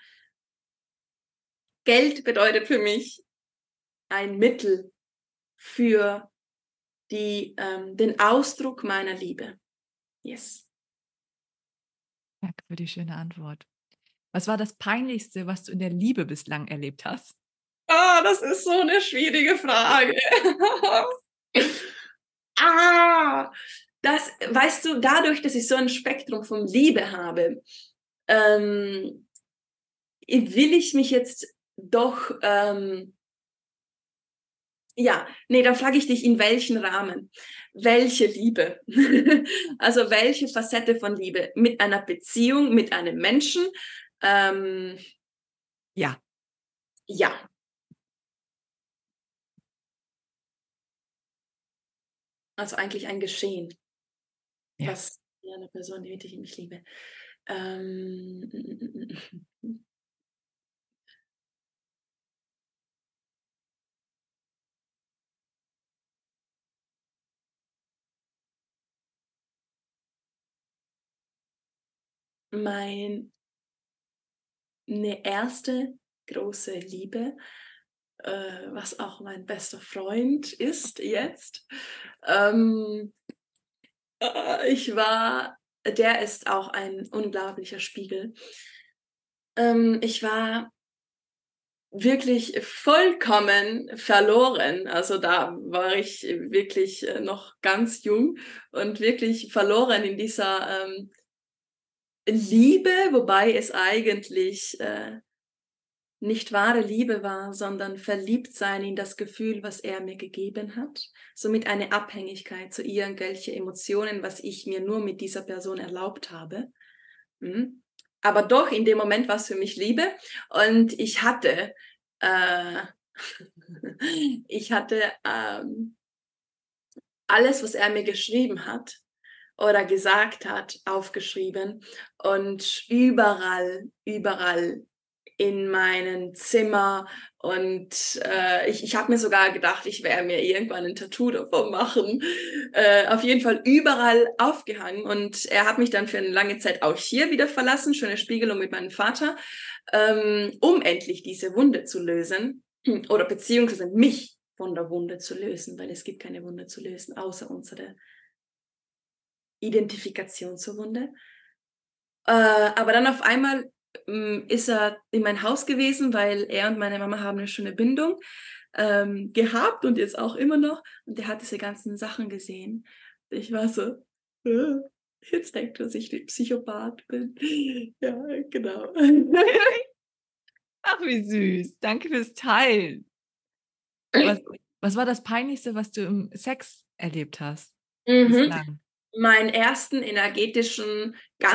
Geld bedeutet für mich ein Mittel für die, ähm, den Ausdruck meiner Liebe. Yes. Danke für die schöne Antwort. Was war das Peinlichste, was du in der Liebe bislang erlebt hast? Ah, das ist so eine schwierige Frage. ah, das, weißt du, dadurch, dass ich so ein Spektrum von Liebe habe, ähm, will ich mich jetzt doch, ähm, ja, nee, dann frage ich dich, in welchen Rahmen? Welche Liebe? Also welche Facette von Liebe? Mit einer Beziehung, mit einem Menschen? Ähm, Ja. ja. Also eigentlich ein Geschehen, Ja. was ja, eine Person, die ich mich liebe. Ähm, meine erste große Liebe, äh, was auch mein bester Freund ist jetzt. Ähm, äh, ich war der ist auch ein unglaublicher Spiegel. Ähm, ich war wirklich vollkommen verloren. Also da war ich wirklich äh, noch ganz jung und wirklich verloren in dieser ähm, Liebe, wobei es eigentlich äh, nicht wahre Liebe war, sondern Verliebtsein in das Gefühl, was er mir gegeben hat. Somit eine Abhängigkeit zu irgendwelche Emotionen, was ich mir nur mit dieser Person erlaubt habe. Mhm. Aber doch, in dem Moment war es für mich Liebe. Und ich hatte, äh, ich hatte ähm, alles, was er mir geschrieben hat oder gesagt hat, aufgeschrieben. Und überall, überall in meinem Zimmer und äh, ich, ich habe mir sogar gedacht, ich werde mir irgendwann ein Tattoo davon machen. Äh, auf jeden Fall überall aufgehangen und er hat mich dann für eine lange Zeit auch hier wieder verlassen, schöne Spiegelung mit meinem Vater, ähm, um endlich diese Wunde zu lösen oder beziehungsweise mich von der Wunde zu lösen, weil es gibt keine Wunde zu lösen, außer unsere Identifikation zur Wunde. Äh, aber dann auf einmal ähm, ist er in mein Haus gewesen, weil er und meine Mama haben eine schöne Bindung ähm, gehabt und jetzt auch immer noch. Und der hat diese ganzen Sachen gesehen. Ich war so, äh, jetzt denkt er, dass ich ein Psychopath bin. Ja, genau. Ach, wie süß. Danke fürs Teilen. Was, was war das Peinlichste, was du im Sex erlebt hast Mhm. bislang? Meinen ersten energetischen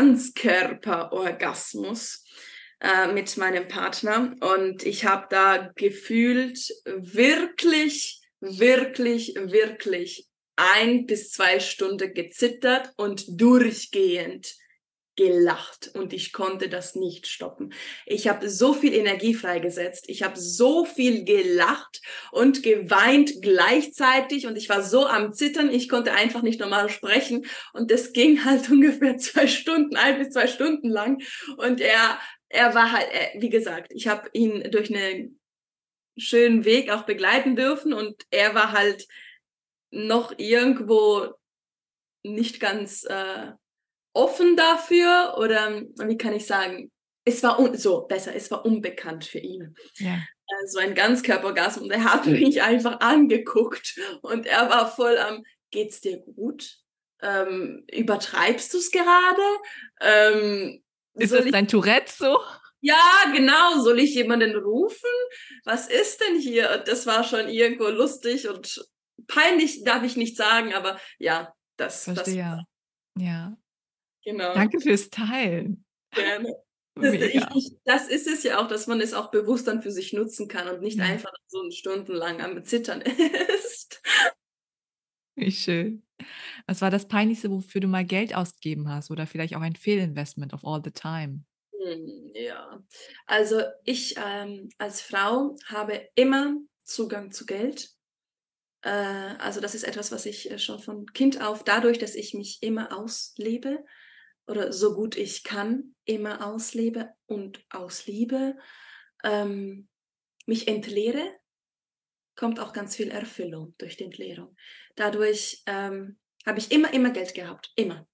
Ganzkörperorgasmus äh, mit meinem Partner und ich habe da gefühlt wirklich, wirklich, wirklich ein bis zwei Stunden gezittert und durchgehend gelacht und ich konnte das nicht stoppen. Ich habe so viel Energie freigesetzt, ich habe so viel gelacht und geweint gleichzeitig und ich war so am Zittern, ich konnte einfach nicht normal sprechen und das ging halt ungefähr zwei Stunden, ein bis zwei Stunden lang und er, er war halt, er, wie gesagt, ich habe ihn durch einen schönen Weg auch begleiten dürfen und er war halt noch irgendwo nicht ganz äh, offen dafür oder wie kann ich sagen, es war un so besser, es war unbekannt für ihn. Ja. Äh, so ein Ganzkörperorgasmus und er hat mich einfach angeguckt und er war voll am, geht's dir gut? Ähm, übertreibst du es gerade? Ähm, Ist soll das ich, dein Tourette so? ja, genau, soll ich jemanden rufen? Was ist denn hier? Und das war schon irgendwo lustig und peinlich, darf ich nicht sagen, aber ja, das, das, Verstehe. Ja. genau. Danke fürs Teilen. Gerne. Das, ich, Mega. ich, das ist es ja auch, dass man es auch bewusst dann für sich nutzen kann und nicht Ja, einfach so stundenlang am Zittern ist. wie schön. Was war das Peinlichste, wofür du mal Geld ausgegeben hast oder vielleicht auch ein Fehlinvestment of all the time? Hm, ja, also ich ähm, als Frau habe immer Zugang zu Geld. Äh, also das ist etwas, was ich äh, schon von Kind auf, dadurch, dass ich mich immer auslebe oder so gut ich kann, immer auslebe und ausliebe, ähm, mich entleere, kommt auch ganz viel Erfüllung durch die Entleerung. Dadurch ähm, habe ich immer, immer Geld gehabt, immer.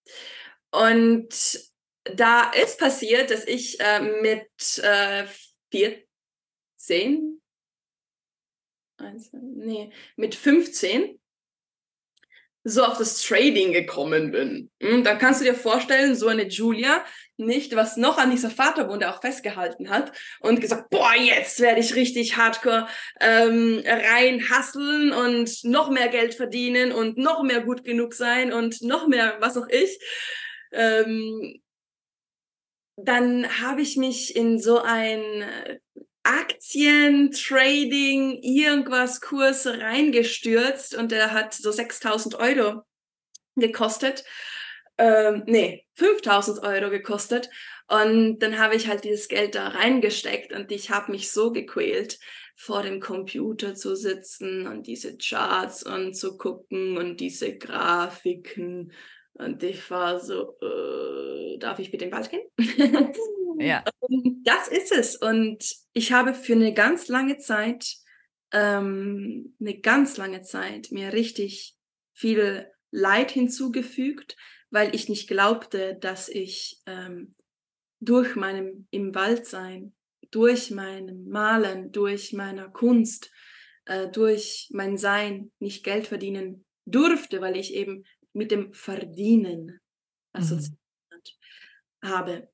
Und da ist passiert, dass ich äh, mit äh, vierzehn, eins, nee, mit fünfzehn so auf das Trading gekommen bin. Und da kannst du dir vorstellen, so eine Julia, nicht, was noch an dieser Vaterwunde auch festgehalten hat und gesagt, boah, jetzt werde ich richtig hardcore ähm, rein hustlen und noch mehr Geld verdienen und noch mehr gut genug sein und noch mehr, was auch ich. Ähm, dann habe ich mich in so ein Aktien, Trading, irgendwas Kurs reingestürzt und der hat so sechstausend Euro gekostet. Ähm, nee, fünftausend Euro gekostet. Und dann habe ich halt dieses Geld da reingesteckt und ich habe mich so gequält, vor dem Computer zu sitzen und diese Charts anzugucken und diese Grafiken Und ich war so, äh, darf ich bitte in den Wald gehen? Ja. Und das ist es. Und ich habe für eine ganz lange Zeit, ähm, eine ganz lange Zeit mir richtig viel Leid hinzugefügt, weil ich nicht glaubte, dass ich ähm, durch meinem im Wald sein, durch meinem Malen, durch meiner Kunst, äh, durch mein Sein nicht Geld verdienen durfte, weil ich eben mit dem Verdienen Mhm. assoziiert habe.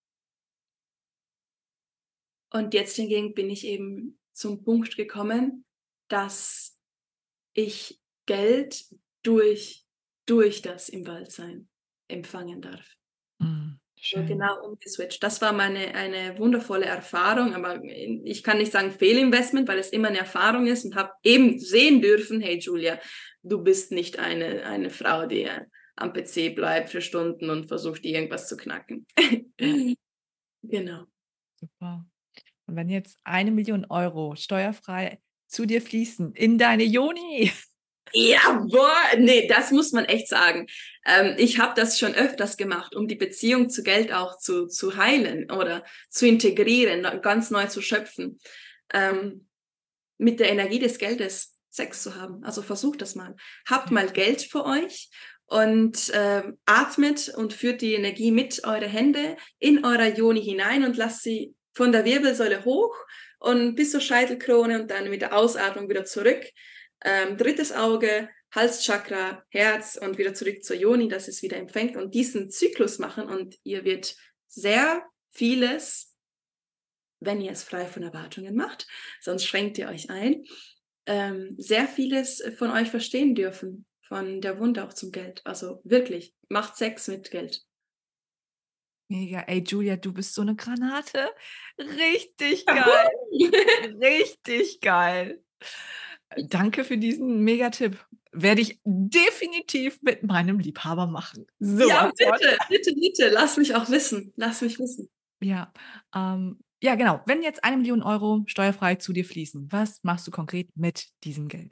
Und jetzt hingegen bin ich eben zum Punkt gekommen, dass ich Geld durch, durch das im Waldsein empfangen darf. Mhm. So Schön. genau umgeswitcht. Das war meine eine wundervolle Erfahrung, aber ich kann nicht sagen Fehlinvestment, weil es immer eine Erfahrung ist und habe eben sehen dürfen, hey Julia, du bist nicht eine, eine Frau, die am P C bleibt für Stunden und versucht, irgendwas zu knacken. Ja, Genau. super. Und wenn jetzt eine Million Euro steuerfrei zu dir fließen in deine Joni. Jawohl, nee, das muss man echt sagen. Ähm, ich habe das schon öfters gemacht, um die Beziehung zu Geld auch zu, zu heilen oder zu integrieren, ganz neu zu schöpfen. Ähm, mit der Energie des Geldes Sex zu haben. Also versucht das mal. Habt mal Geld für euch und ähm, atmet und führt die Energie mit eure Hände in eurer Joni hinein und lasst sie von der Wirbelsäule hoch und bis zur Scheitelkrone und dann mit der Ausatmung wieder zurück. Ähm, drittes Auge, Halschakra, Herz und wieder zurück zur Joni, dass es wieder empfängt und diesen Zyklus machen und ihr wird sehr vieles, wenn ihr es frei von Erwartungen macht, sonst schränkt ihr euch ein, ähm, sehr vieles von euch verstehen dürfen, von der Wunde auch zum Geld. Also wirklich, macht Sex mit Geld. Mega. Ey, Julia, du bist so eine Granate. Richtig geil. Richtig geil. Danke für diesen Megatipp. Werde ich definitiv mit meinem Liebhaber machen. So Ja, was von. bitte, bitte, bitte, lass mich auch wissen. Lass mich wissen. Ja, ähm, ja, genau. Wenn jetzt eine Million Euro steuerfrei zu dir fließen, was machst du konkret mit diesem Geld?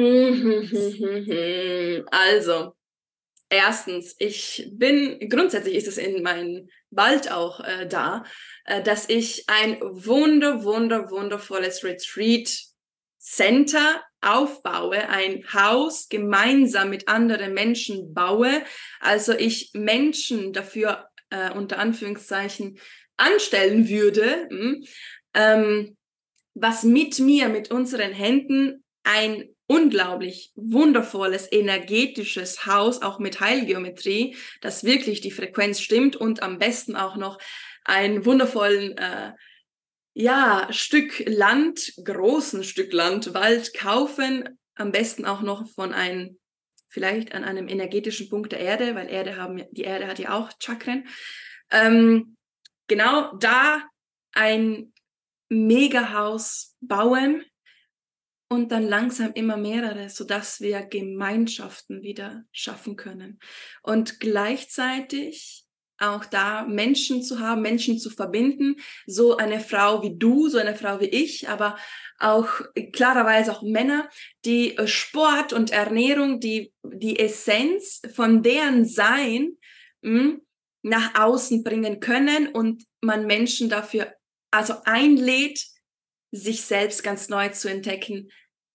Also, erstens, ich bin, grundsätzlich ist es in meinem Wald auch äh, da, äh, dass ich ein wunder, wunder, wundervolles Retreat Center aufbaue, ein Haus gemeinsam mit anderen Menschen baue. Also ich Menschen dafür äh, unter Anführungszeichen anstellen würde, mh, ähm, was mit mir, mit unseren Händen ein unglaublich wundervolles, energetisches Haus, auch mit Heilgeometrie, dass wirklich die Frequenz stimmt und am besten auch noch einen wundervollen äh, ja, Stück Land, großen Stück Land, Wald kaufen, am besten auch noch von einem, vielleicht an einem energetischen Punkt der Erde, weil Erde haben, die Erde hat ja auch Chakren. Ähm, genau da ein Megahaus bauen und dann langsam immer mehrere, sodass wir Gemeinschaften wieder schaffen können. Und gleichzeitig auch da Menschen zu haben, Menschen zu verbinden, so eine Frau wie du, so eine Frau wie ich, aber auch klarerweise auch Männer, die Sport und Ernährung, die die Essenz von deren Sein mh, nach außen bringen können und man Menschen dafür also einlädt, sich selbst ganz neu zu entdecken,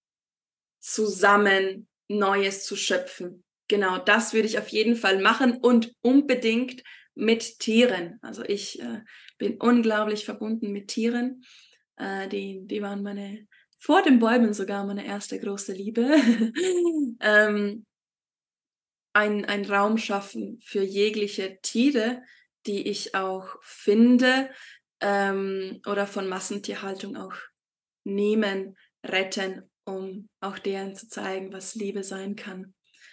zusammen Neues zu schöpfen. Genau, das würde ich auf jeden Fall machen und unbedingt mit Tieren. Also ich äh, bin unglaublich verbunden mit Tieren. Äh, die, die waren meine, vor den Bäumen sogar meine erste große Liebe. ähm, ein, ein Raum schaffen für jegliche Tiere, die ich auch finde ähm, oder von Massentierhaltung auch nehmen, retten, um auch deren zu zeigen, was Liebe sein kann.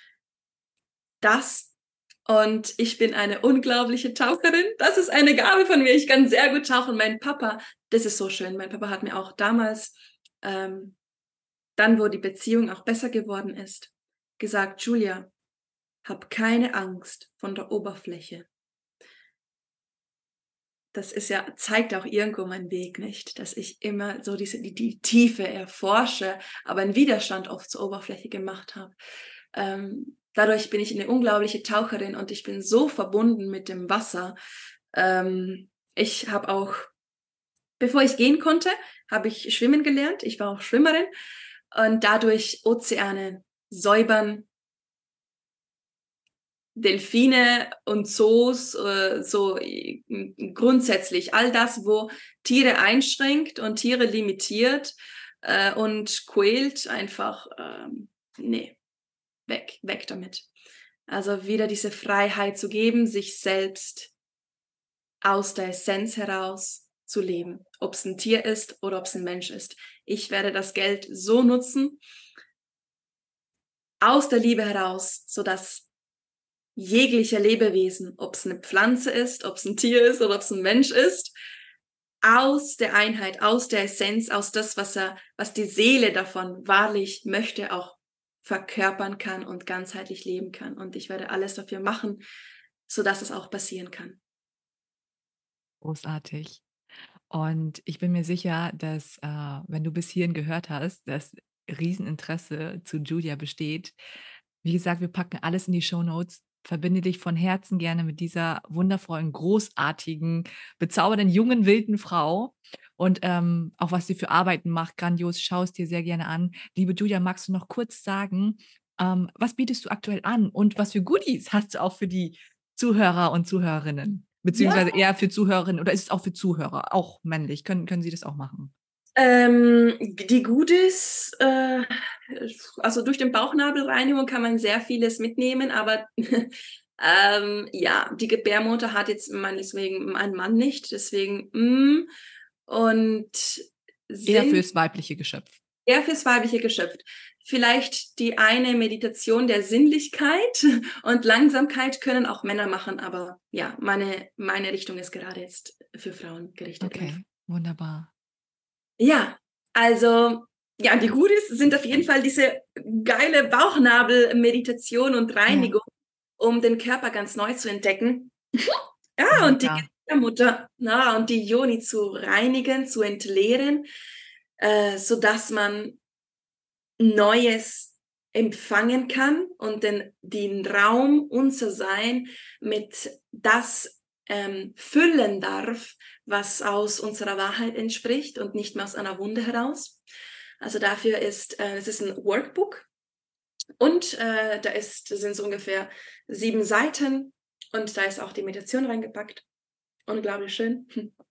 Das und ich bin eine unglaubliche Taucherin. Das ist eine Gabe von mir. Ich kann sehr gut tauchen. Mein Papa, das ist so schön. Mein Papa hat mir auch damals, ähm, dann wo die Beziehung auch besser geworden ist, gesagt, Julia, hab keine Angst von der Oberfläche. Das ist ja, zeigt auch irgendwo meinen Weg, nicht? Dass ich immer so diese, die, die Tiefe erforsche, aber einen Widerstand oft zur Oberfläche gemacht habe. Ähm, dadurch bin ich eine unglaubliche Taucherin und ich bin so verbunden mit dem Wasser. Ähm, ich habe auch, bevor ich gehen konnte, habe ich schwimmen gelernt. Ich war auch Schwimmerin und dadurch Ozeane säubern, Delfine und Zoos, äh, so äh, grundsätzlich all das, wo Tiere einschränkt und Tiere limitiert äh, und quält, einfach, ähm, nee, weg, weg damit. Also wieder diese Freiheit zu geben, sich selbst aus der Essenz heraus zu leben, ob es ein Tier ist oder ob es ein Mensch ist. Ich werde das Geld so nutzen, aus der Liebe heraus, sodass jegliche Lebewesen, ob es eine Pflanze ist, ob es ein Tier ist oder ob es ein Mensch ist, aus der Einheit, aus der Essenz, aus das, was er, was die Seele davon wahrlich möchte, auch verkörpern kann und ganzheitlich leben kann. Und ich werde alles dafür machen, sodass es auch passieren kann. Großartig. Und ich bin mir sicher, dass, äh, wenn du bis hierhin gehört hast, dass Rieseninteresse zu Julia besteht. Wie gesagt, wir packen alles in die Shownotes. Verbinde dich von Herzen gerne mit dieser wundervollen, großartigen, bezaubernden, jungen, wilden Frau. Und ähm, auch was sie für Arbeiten macht, grandios, schau es dir sehr gerne an. Liebe Julia, magst du noch kurz sagen, ähm, was bietest du aktuell an und was für Goodies hast du auch für die Zuhörer und Zuhörerinnen? Ja, Beziehungsweise eher für Zuhörerinnen oder ist es auch für Zuhörer, auch männlich? Können, können sie das auch machen? ähm, die Goodies, äh, also durch den Bauchnabelreinigung kann man sehr vieles mitnehmen, aber ähm, ja, die Gebärmutter hat jetzt meinetwegen mein Mann nicht, deswegen mm, und Eher sind fürs weibliche Geschöpf. eher fürs weibliche Geschöpf. Vielleicht die eine Meditation der Sinnlichkeit und Langsamkeit können auch Männer machen, aber ja, meine, meine Richtung ist gerade jetzt für Frauen gerichtet. Okay, wunderbar. Ja, also, ja, die Goodies sind auf jeden Fall diese geile Bauchnabel-Meditation und Ja, Reinigung, um den Körper ganz neu zu entdecken. Ja, und die mega. Gebärmutter, na, und die Yoni zu reinigen, zu entleeren, äh, sodass man Neues empfangen kann und den, den Raum, unser Sein mit das ähm, füllen darf, was aus unserer Wahrheit entspricht und nicht mehr aus einer Wunde heraus. Also dafür ist, äh, es ist ein Workbook und äh, da ist, da sind so ungefähr sieben Seiten und da ist auch die Meditation reingepackt. Unglaublich schön.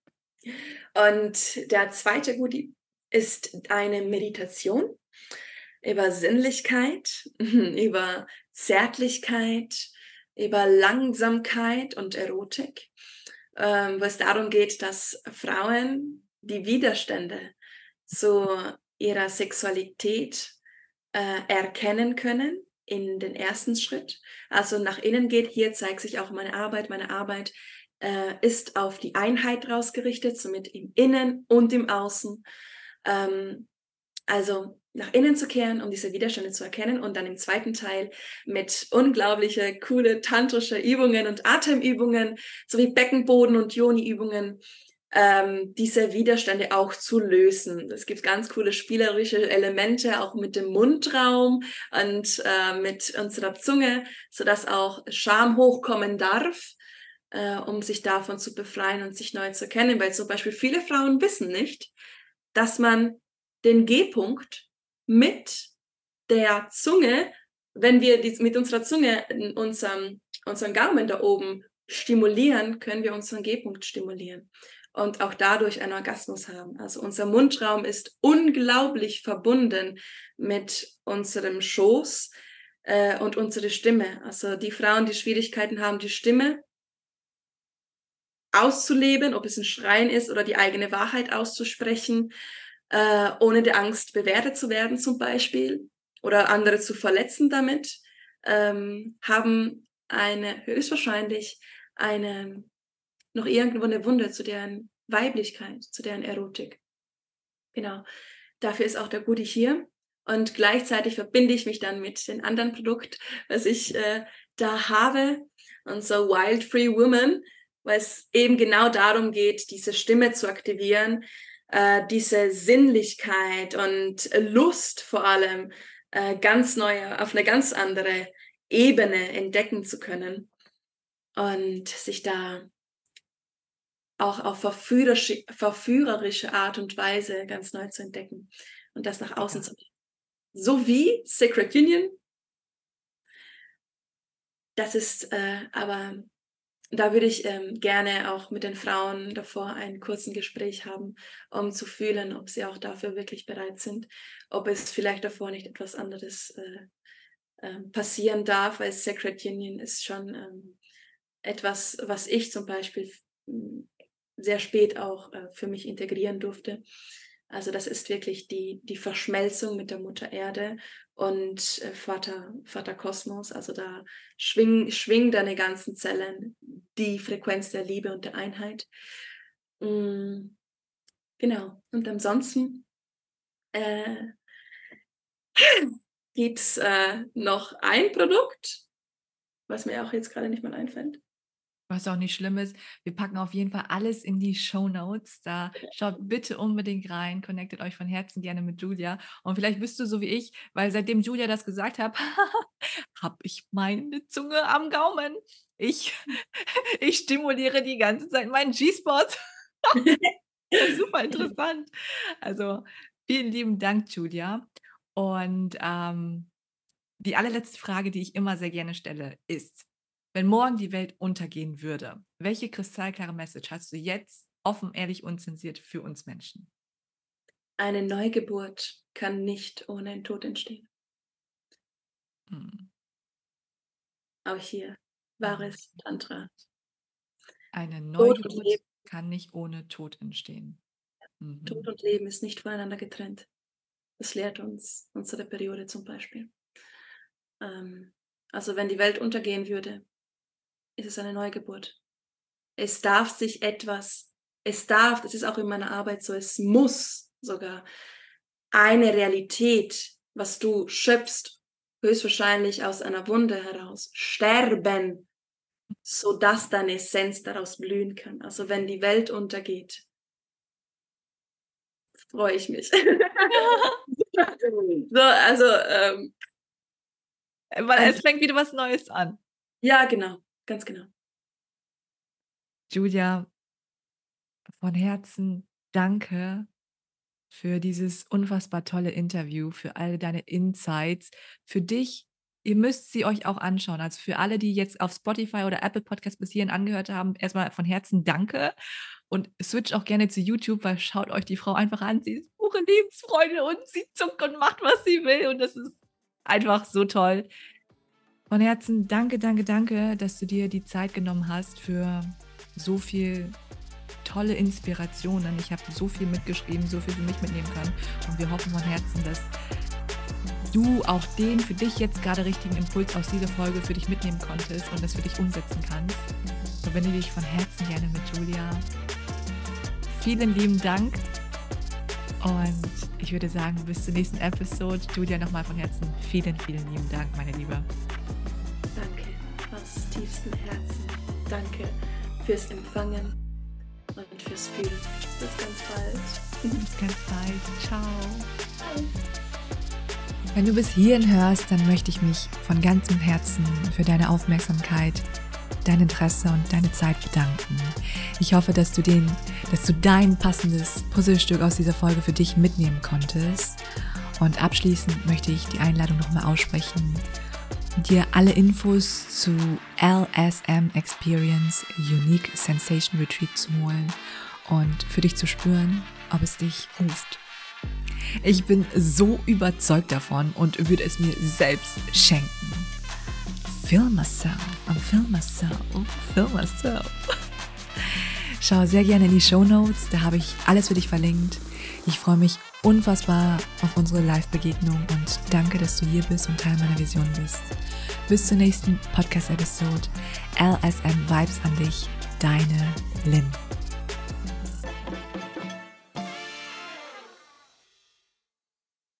Und der zweite Goodie ist eine Meditation über Sinnlichkeit, über Zärtlichkeit, über Langsamkeit und Erotik, ähm, wo es darum geht, dass Frauen die Widerstände zu ihrer Sexualität äh, erkennen können in den ersten Schritt. Also nach innen geht, hier zeigt sich auch meine Arbeit. Meine Arbeit äh, ist auf die Einheit rausgerichtet, somit im Innen und im Außen. Ähm, also nach innen zu kehren, um diese Widerstände zu erkennen und dann im zweiten Teil mit unglaubliche, coole tantrische Übungen und Atemübungen sowie Beckenboden- und Yoni-Übungen ähm, diese Widerstände auch zu lösen. Es gibt ganz coole spielerische Elemente, auch mit dem Mundraum und äh, mit unserer Zunge, sodass auch Scham hochkommen darf, äh, um sich davon zu befreien und sich neu zu erkennen. Weil zum Beispiel viele Frauen wissen nicht, dass man den G-Punkt mit der Zunge, wenn wir die, mit unserer Zunge unseren, unseren Gaumen da oben stimulieren, können wir unseren G-Punkt stimulieren und auch dadurch einen Orgasmus haben. Also unser Mundraum ist unglaublich verbunden mit unserem Schoß äh, und unsere Stimme. Also die Frauen, die Schwierigkeiten haben, die Stimme auszuleben, ob es ein Schreien ist oder die eigene Wahrheit auszusprechen, äh, ohne der Angst bewertet zu werden zum Beispiel oder andere zu verletzen damit, ähm, haben eine höchstwahrscheinlich eine noch irgendwo eine Wunde zu deren Weiblichkeit, zu deren Erotik. Genau. Dafür ist auch der Goodie hier. Und gleichzeitig verbinde ich mich dann mit dem anderen Produkt, was ich äh, da habe, unser Wild Free Woman, weil es eben genau darum geht, diese Stimme zu aktivieren, äh, diese Sinnlichkeit und Lust vor allem äh, ganz neue, auf eine ganz andere Ebene entdecken zu können und sich da auch auf verführerische, verführerische Art und Weise ganz neu zu entdecken und das nach außen ja. zu bringen. So wie Sacred Union. Das ist äh, aber, da würde ich ähm, gerne auch mit den Frauen davor einen kurzen Gespräch haben, um zu fühlen, ob sie auch dafür wirklich bereit sind, ob es vielleicht davor nicht etwas anderes äh, äh, passieren darf, weil Sacred Union ist schon ähm, etwas, was ich zum Beispiel sehr spät auch äh, für mich integrieren durfte. Also das ist wirklich die, die Verschmelzung mit der Mutter Erde und äh, Vater, Vater Kosmos. Also da schwingen, schwingen deine ganzen Zellen die Frequenz der Liebe und der Einheit. Mm, genau. Und ansonsten äh, gibt es äh, noch ein Produkt, was mir auch jetzt gerade nicht mal einfällt. Was auch nicht schlimm ist. Wir packen auf jeden Fall alles in die Shownotes. Da schaut bitte unbedingt rein. Connectet euch von Herzen gerne mit Julia. Und vielleicht bist du so wie ich, weil seitdem Julia das gesagt hat, habe ich meine Zunge am Gaumen. Ich, ich stimuliere die ganze Zeit meinen G-Spot. Super interessant. Also vielen lieben Dank, Julia. Und ähm, die allerletzte Frage, die ich immer sehr gerne stelle, ist: Wenn morgen die Welt untergehen würde, welche kristallklare Message hast du jetzt offen, ehrlich, unzensiert für uns Menschen? Eine Neugeburt kann nicht ohne einen Tod entstehen. Hm. Auch hier, wahres Tantra. Eine Neugeburt kann nicht ohne Tod entstehen. Mhm. Tod und Leben ist nicht voneinander getrennt. Das lehrt uns unsere Periode zum Beispiel. Ähm, also wenn die Welt untergehen würde, ist es eine Neugeburt. Es darf sich etwas, es darf, das ist auch in meiner Arbeit so, es muss sogar eine Realität, was du schöpfst, höchstwahrscheinlich aus einer Wunde heraus, sterben, sodass deine Essenz daraus blühen kann. Also wenn die Welt untergeht, freue ich mich. So, also ähm, weil es fängt wieder was Neues an. Ja, genau, ganz genau. Julia, von Herzen danke für dieses unfassbar tolle Interview, für all deine Insights, für dich. Ihr müsst sie euch auch anschauen. Also für alle, die jetzt auf Spotify oder Apple Podcast bis hierhin angehört haben, erstmal von Herzen danke. Und switcht auch gerne zu YouTube, weil schaut euch die Frau einfach an. Sie ist pure Lebensfreude und sie zuckt und macht, was sie will. Und das ist einfach so toll. Von Herzen danke, danke, danke, dass du dir die Zeit genommen hast für so viel tolle Inspirationen. Ich habe so viel mitgeschrieben, so viel für mich mitnehmen können. Und wir hoffen von Herzen, dass du auch den für dich jetzt gerade richtigen Impuls aus dieser Folge für dich mitnehmen konntest und das für dich umsetzen kannst. Verbinde dich von Herzen gerne mit Julia. Vielen lieben Dank. Und ich würde sagen, bis zur nächsten Episode. Julia, nochmal von Herzen vielen, vielen lieben Dank, meine Liebe. Danke aus tiefstem Herzen. Danke fürs Empfangen und fürs Fühlen. Bis ganz bald. Bis ganz bald. Ciao. Ciao. Wenn du bis hierhin hörst, dann möchte ich mich von ganzem Herzen für deine Aufmerksamkeit, dein Interesse und deine Zeit bedanken. Ich hoffe, dass du den, dass du dein passendes Puzzlestück aus dieser Folge für dich mitnehmen konntest. Und abschließend möchte ich die Einladung nochmal aussprechen, dir alle Infos zu L S M Experience Unique Sensation Retreat zu holen und für dich zu spüren, ob es dich ruft. Ich bin so überzeugt davon und würde es mir selbst schenken. Feel myself, I'm feel myself, feel myself. Schau sehr gerne in die Shownotes, da habe ich alles für dich verlinkt. Ich freue mich unfassbar auf unsere Live-Begegnung und danke, dass du hier bist und Teil meiner Vision bist. Bis zur nächsten Podcast-Episode. L S M Vibes an dich, deine Lynn.